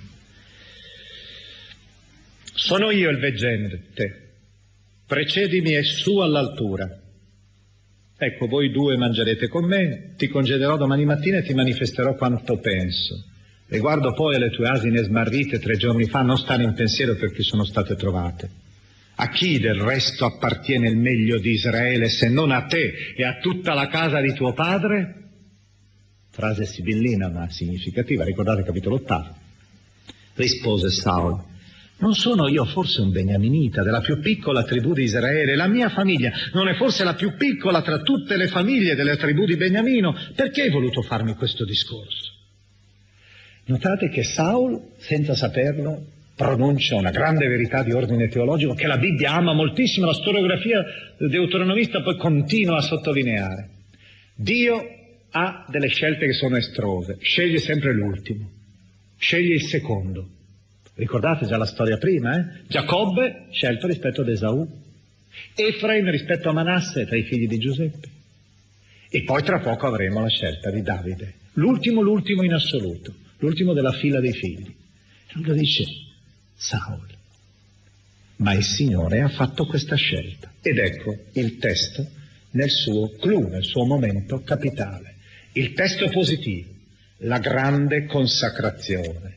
Sono io il veggente, precedimi e su all'altura. Ecco, voi due mangerete con me, ti concederò domani mattina e ti manifesterò quanto penso. Riguardo poi alle tue asine smarrite tre giorni fa, non stare in pensiero perché sono state trovate. A chi del resto appartiene il meglio di Israele se non a te e a tutta la casa di tuo padre? Frase sibillina ma significativa, ricordate capitolo ottavo. Rispose Saul: non sono io forse un beniaminita della più piccola tribù di Israele? La mia famiglia non è forse la più piccola tra tutte le famiglie delle tribù di Beniamino? Perché hai voluto farmi questo discorso? Notate che Saul, senza saperlo, pronuncia una grande verità di ordine teologico che la Bibbia ama moltissimo, la storiografia deuteronomista poi continua a sottolineare. Dio ha delle scelte che sono estrose, sceglie sempre l'ultimo, sceglie il secondo. Ricordate già la storia prima, eh? Giacobbe scelto rispetto ad Esaù, Efraim rispetto a Manasse tra i figli di Giuseppe, e poi tra poco avremo la scelta di Davide, l'ultimo, l'ultimo in assoluto, l'ultimo della fila dei figli. Lui lo dice Saul, ma il Signore ha fatto questa scelta. Ed ecco il testo nel suo clou, nel suo momento capitale, il testo positivo, la grande consacrazione.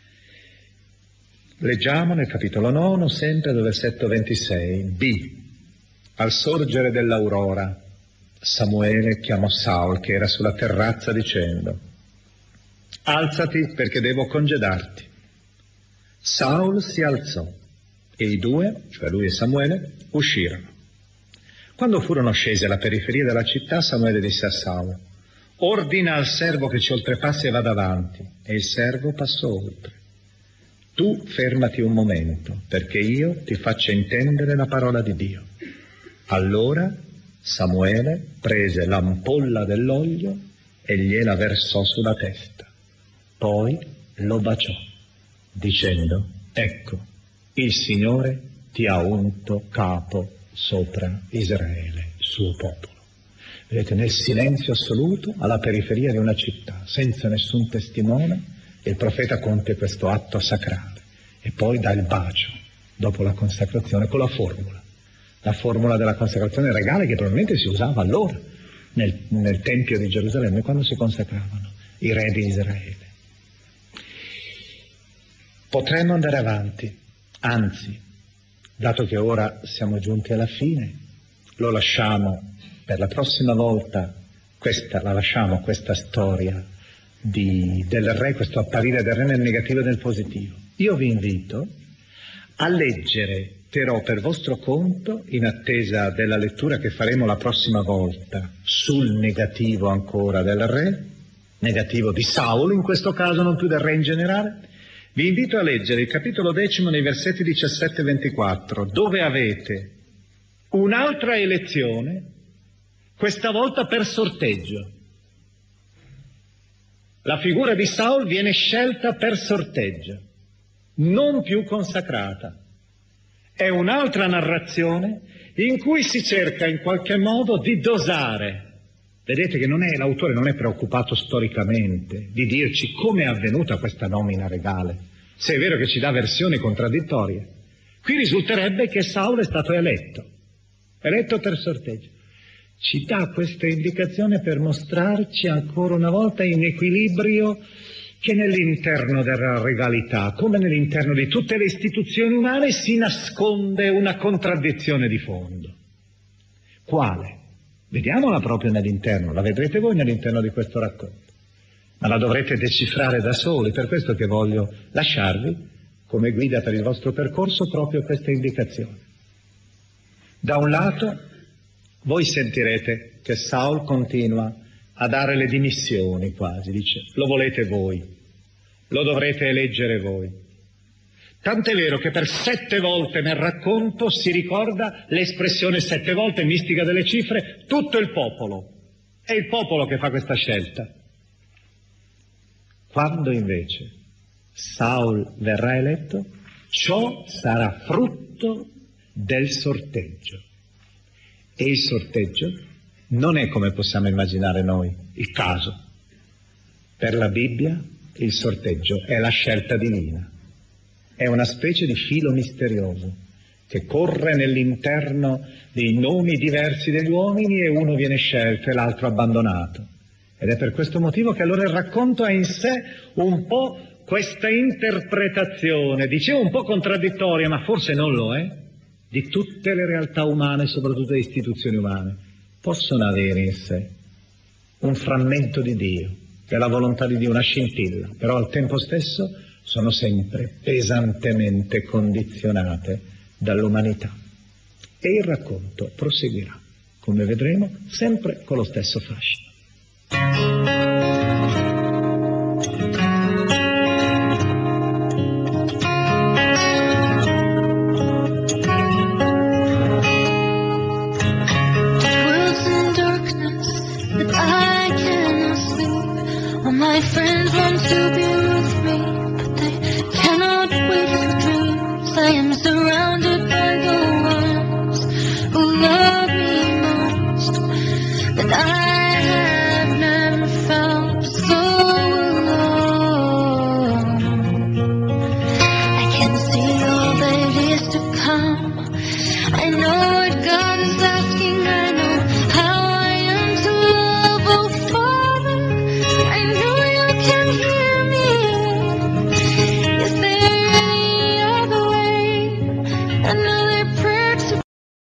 Leggiamo nel capitolo nove, sempre dal versetto ventisei, B. Al sorgere dell'aurora, Samuele chiamò Saul, che era sulla terrazza, dicendo: alzati perché devo congedarti. Saul si alzò e i due, cioè lui e Samuele, uscirono. Quando furono scesi alla periferia della città, Samuele disse a Saul: ordina al servo che ci oltrepassi e vada avanti. E il servo passò oltre. Tu fermati un momento, perché io ti faccio intendere la parola di Dio. Allora Samuele prese l'ampolla dell'olio e gliela versò sulla testa. Poi lo baciò, dicendo: ecco, il Signore ti ha unto capo sopra Israele, suo popolo. Vedete, nel silenzio assoluto, alla periferia di una città, senza nessun testimone, il profeta compie questo atto sacrale e poi dà il bacio dopo la consacrazione con la formula, la formula della consacrazione regale che probabilmente si usava allora nel, nel Tempio di Gerusalemme quando si consacravano i re di Israele. Potremmo andare avanti, anzi, dato che ora siamo giunti alla fine, lo lasciamo per la prossima volta, questa, la lasciamo questa storia Di, del re, questo apparire del re nel negativo e nel positivo. Io vi invito a leggere però per vostro conto, in attesa della lettura che faremo la prossima volta sul negativo ancora del re, negativo di Saul in questo caso, non più del re in generale, vi invito a leggere il capitolo decimo nei versetti diciassette e ventiquattro, dove avete un'altra elezione, questa volta per sorteggio. La figura di Saul viene scelta per sorteggio, non più consacrata. È un'altra narrazione in cui si cerca in qualche modo di dosare. Vedete che non è, l'autore non è preoccupato storicamente di dirci come è avvenuta questa nomina regale, se è vero che ci dà versioni contraddittorie, Qui risulterebbe che Saulo è stato eletto, eletto per sorteggio. Ci dà questa indicazione per mostrarci ancora una volta in equilibrio che nell'interno della regalità, come nell'interno di tutte le istituzioni umane, si nasconde una contraddizione di fondo. Quale? Vediamola proprio nell'interno, la vedrete voi nell'interno di questo racconto, ma la dovrete decifrare da soli, per questo che voglio lasciarvi come guida per il vostro percorso proprio questa indicazione. Da un lato, voi sentirete che Saul continua a dare le dimissioni quasi, dice, lo volete voi, lo dovrete eleggere voi. Tant'è vero che per sette volte nel racconto si ricorda l'espressione sette volte mistica delle cifre, tutto il popolo. È il popolo che fa questa scelta. Quando invece Saul verrà eletto, ciò sarà frutto del sorteggio. E il sorteggio non è come possiamo immaginare noi, il caso. Per la Bibbia il sorteggio è la scelta divina. È una specie di filo misterioso che corre nell'interno dei nomi diversi degli uomini e uno viene scelto e l'altro abbandonato. Ed è per questo motivo che allora il racconto ha in sé un po' questa interpretazione, dicevo un po' contraddittoria, ma forse non lo è, di tutte le realtà umane, soprattutto le istituzioni umane, possono avere in sé un frammento di Dio, che è la volontà di Dio, una scintilla, però al tempo stesso sono sempre pesantemente condizionate dall'umanità. E il racconto proseguirà, come vedremo, sempre con lo stesso fascino. My friends want to be with me, but they cannot wait for dreams. I am surrounded by the ones who love me most, but I have never felt so alone. I can see all that is to come. I know what God is asking. I know how I am to love. Oh, Father, I know can hear me. Is there any other way? Another prayer to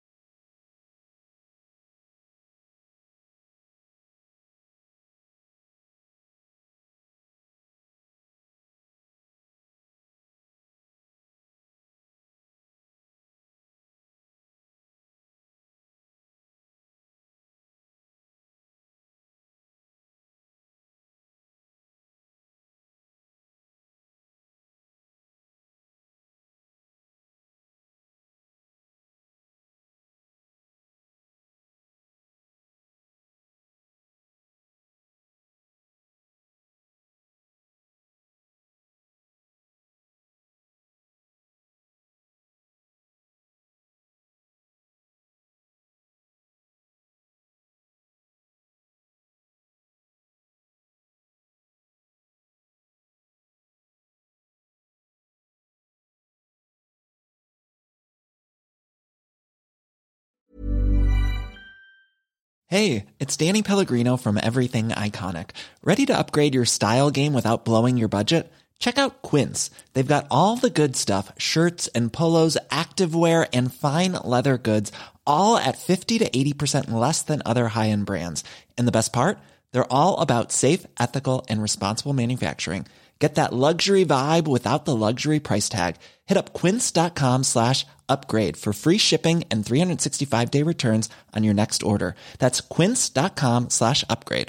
Hey, it's Danny Pellegrino from Everything Iconic. Ready to upgrade your style game without blowing your budget? Check out Quince. They've got all the good stuff, shirts and polos, activewear, and fine leather goods, all at fifty to eighty percent less than other high-end brands. And the best part? They're all about safe, ethical, and responsible manufacturing. Get that luxury vibe without the luxury price tag. Hit up quince.com slash upgrade for free shipping and three sixty-five day returns on your next order. That's quince.com slash upgrade.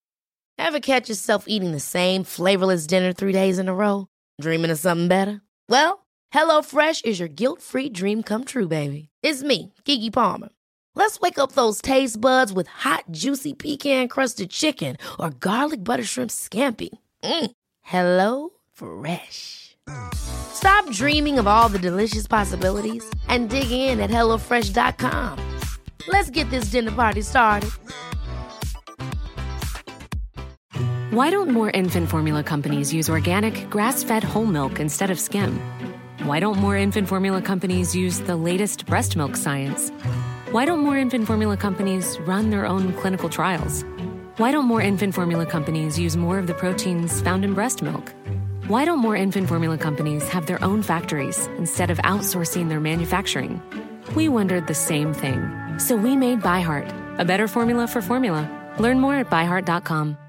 Ever catch yourself eating the same flavorless dinner three days in a row? Dreaming of something better? Well, HelloFresh is your guilt-free dream come true, baby. It's me, Keke Palmer. Let's wake up those taste buds with hot, juicy pecan-crusted chicken or garlic butter shrimp scampi. Mm. Hello Fresh. Stop dreaming of all the delicious possibilities and dig in at hello fresh dot com. Let's get this dinner party started. Why don't more infant formula companies use organic, grass-fed whole milk instead of skim? Why don't more infant formula companies use the latest breast milk science? Why don't more infant formula companies run their own clinical trials? Why don't more infant formula companies use more of the proteins found in breast milk? Why don't more infant formula companies have their own factories instead of outsourcing their manufacturing? We wondered the same thing. So we made ByHeart, a better formula for formula. Learn more at by heart dot com.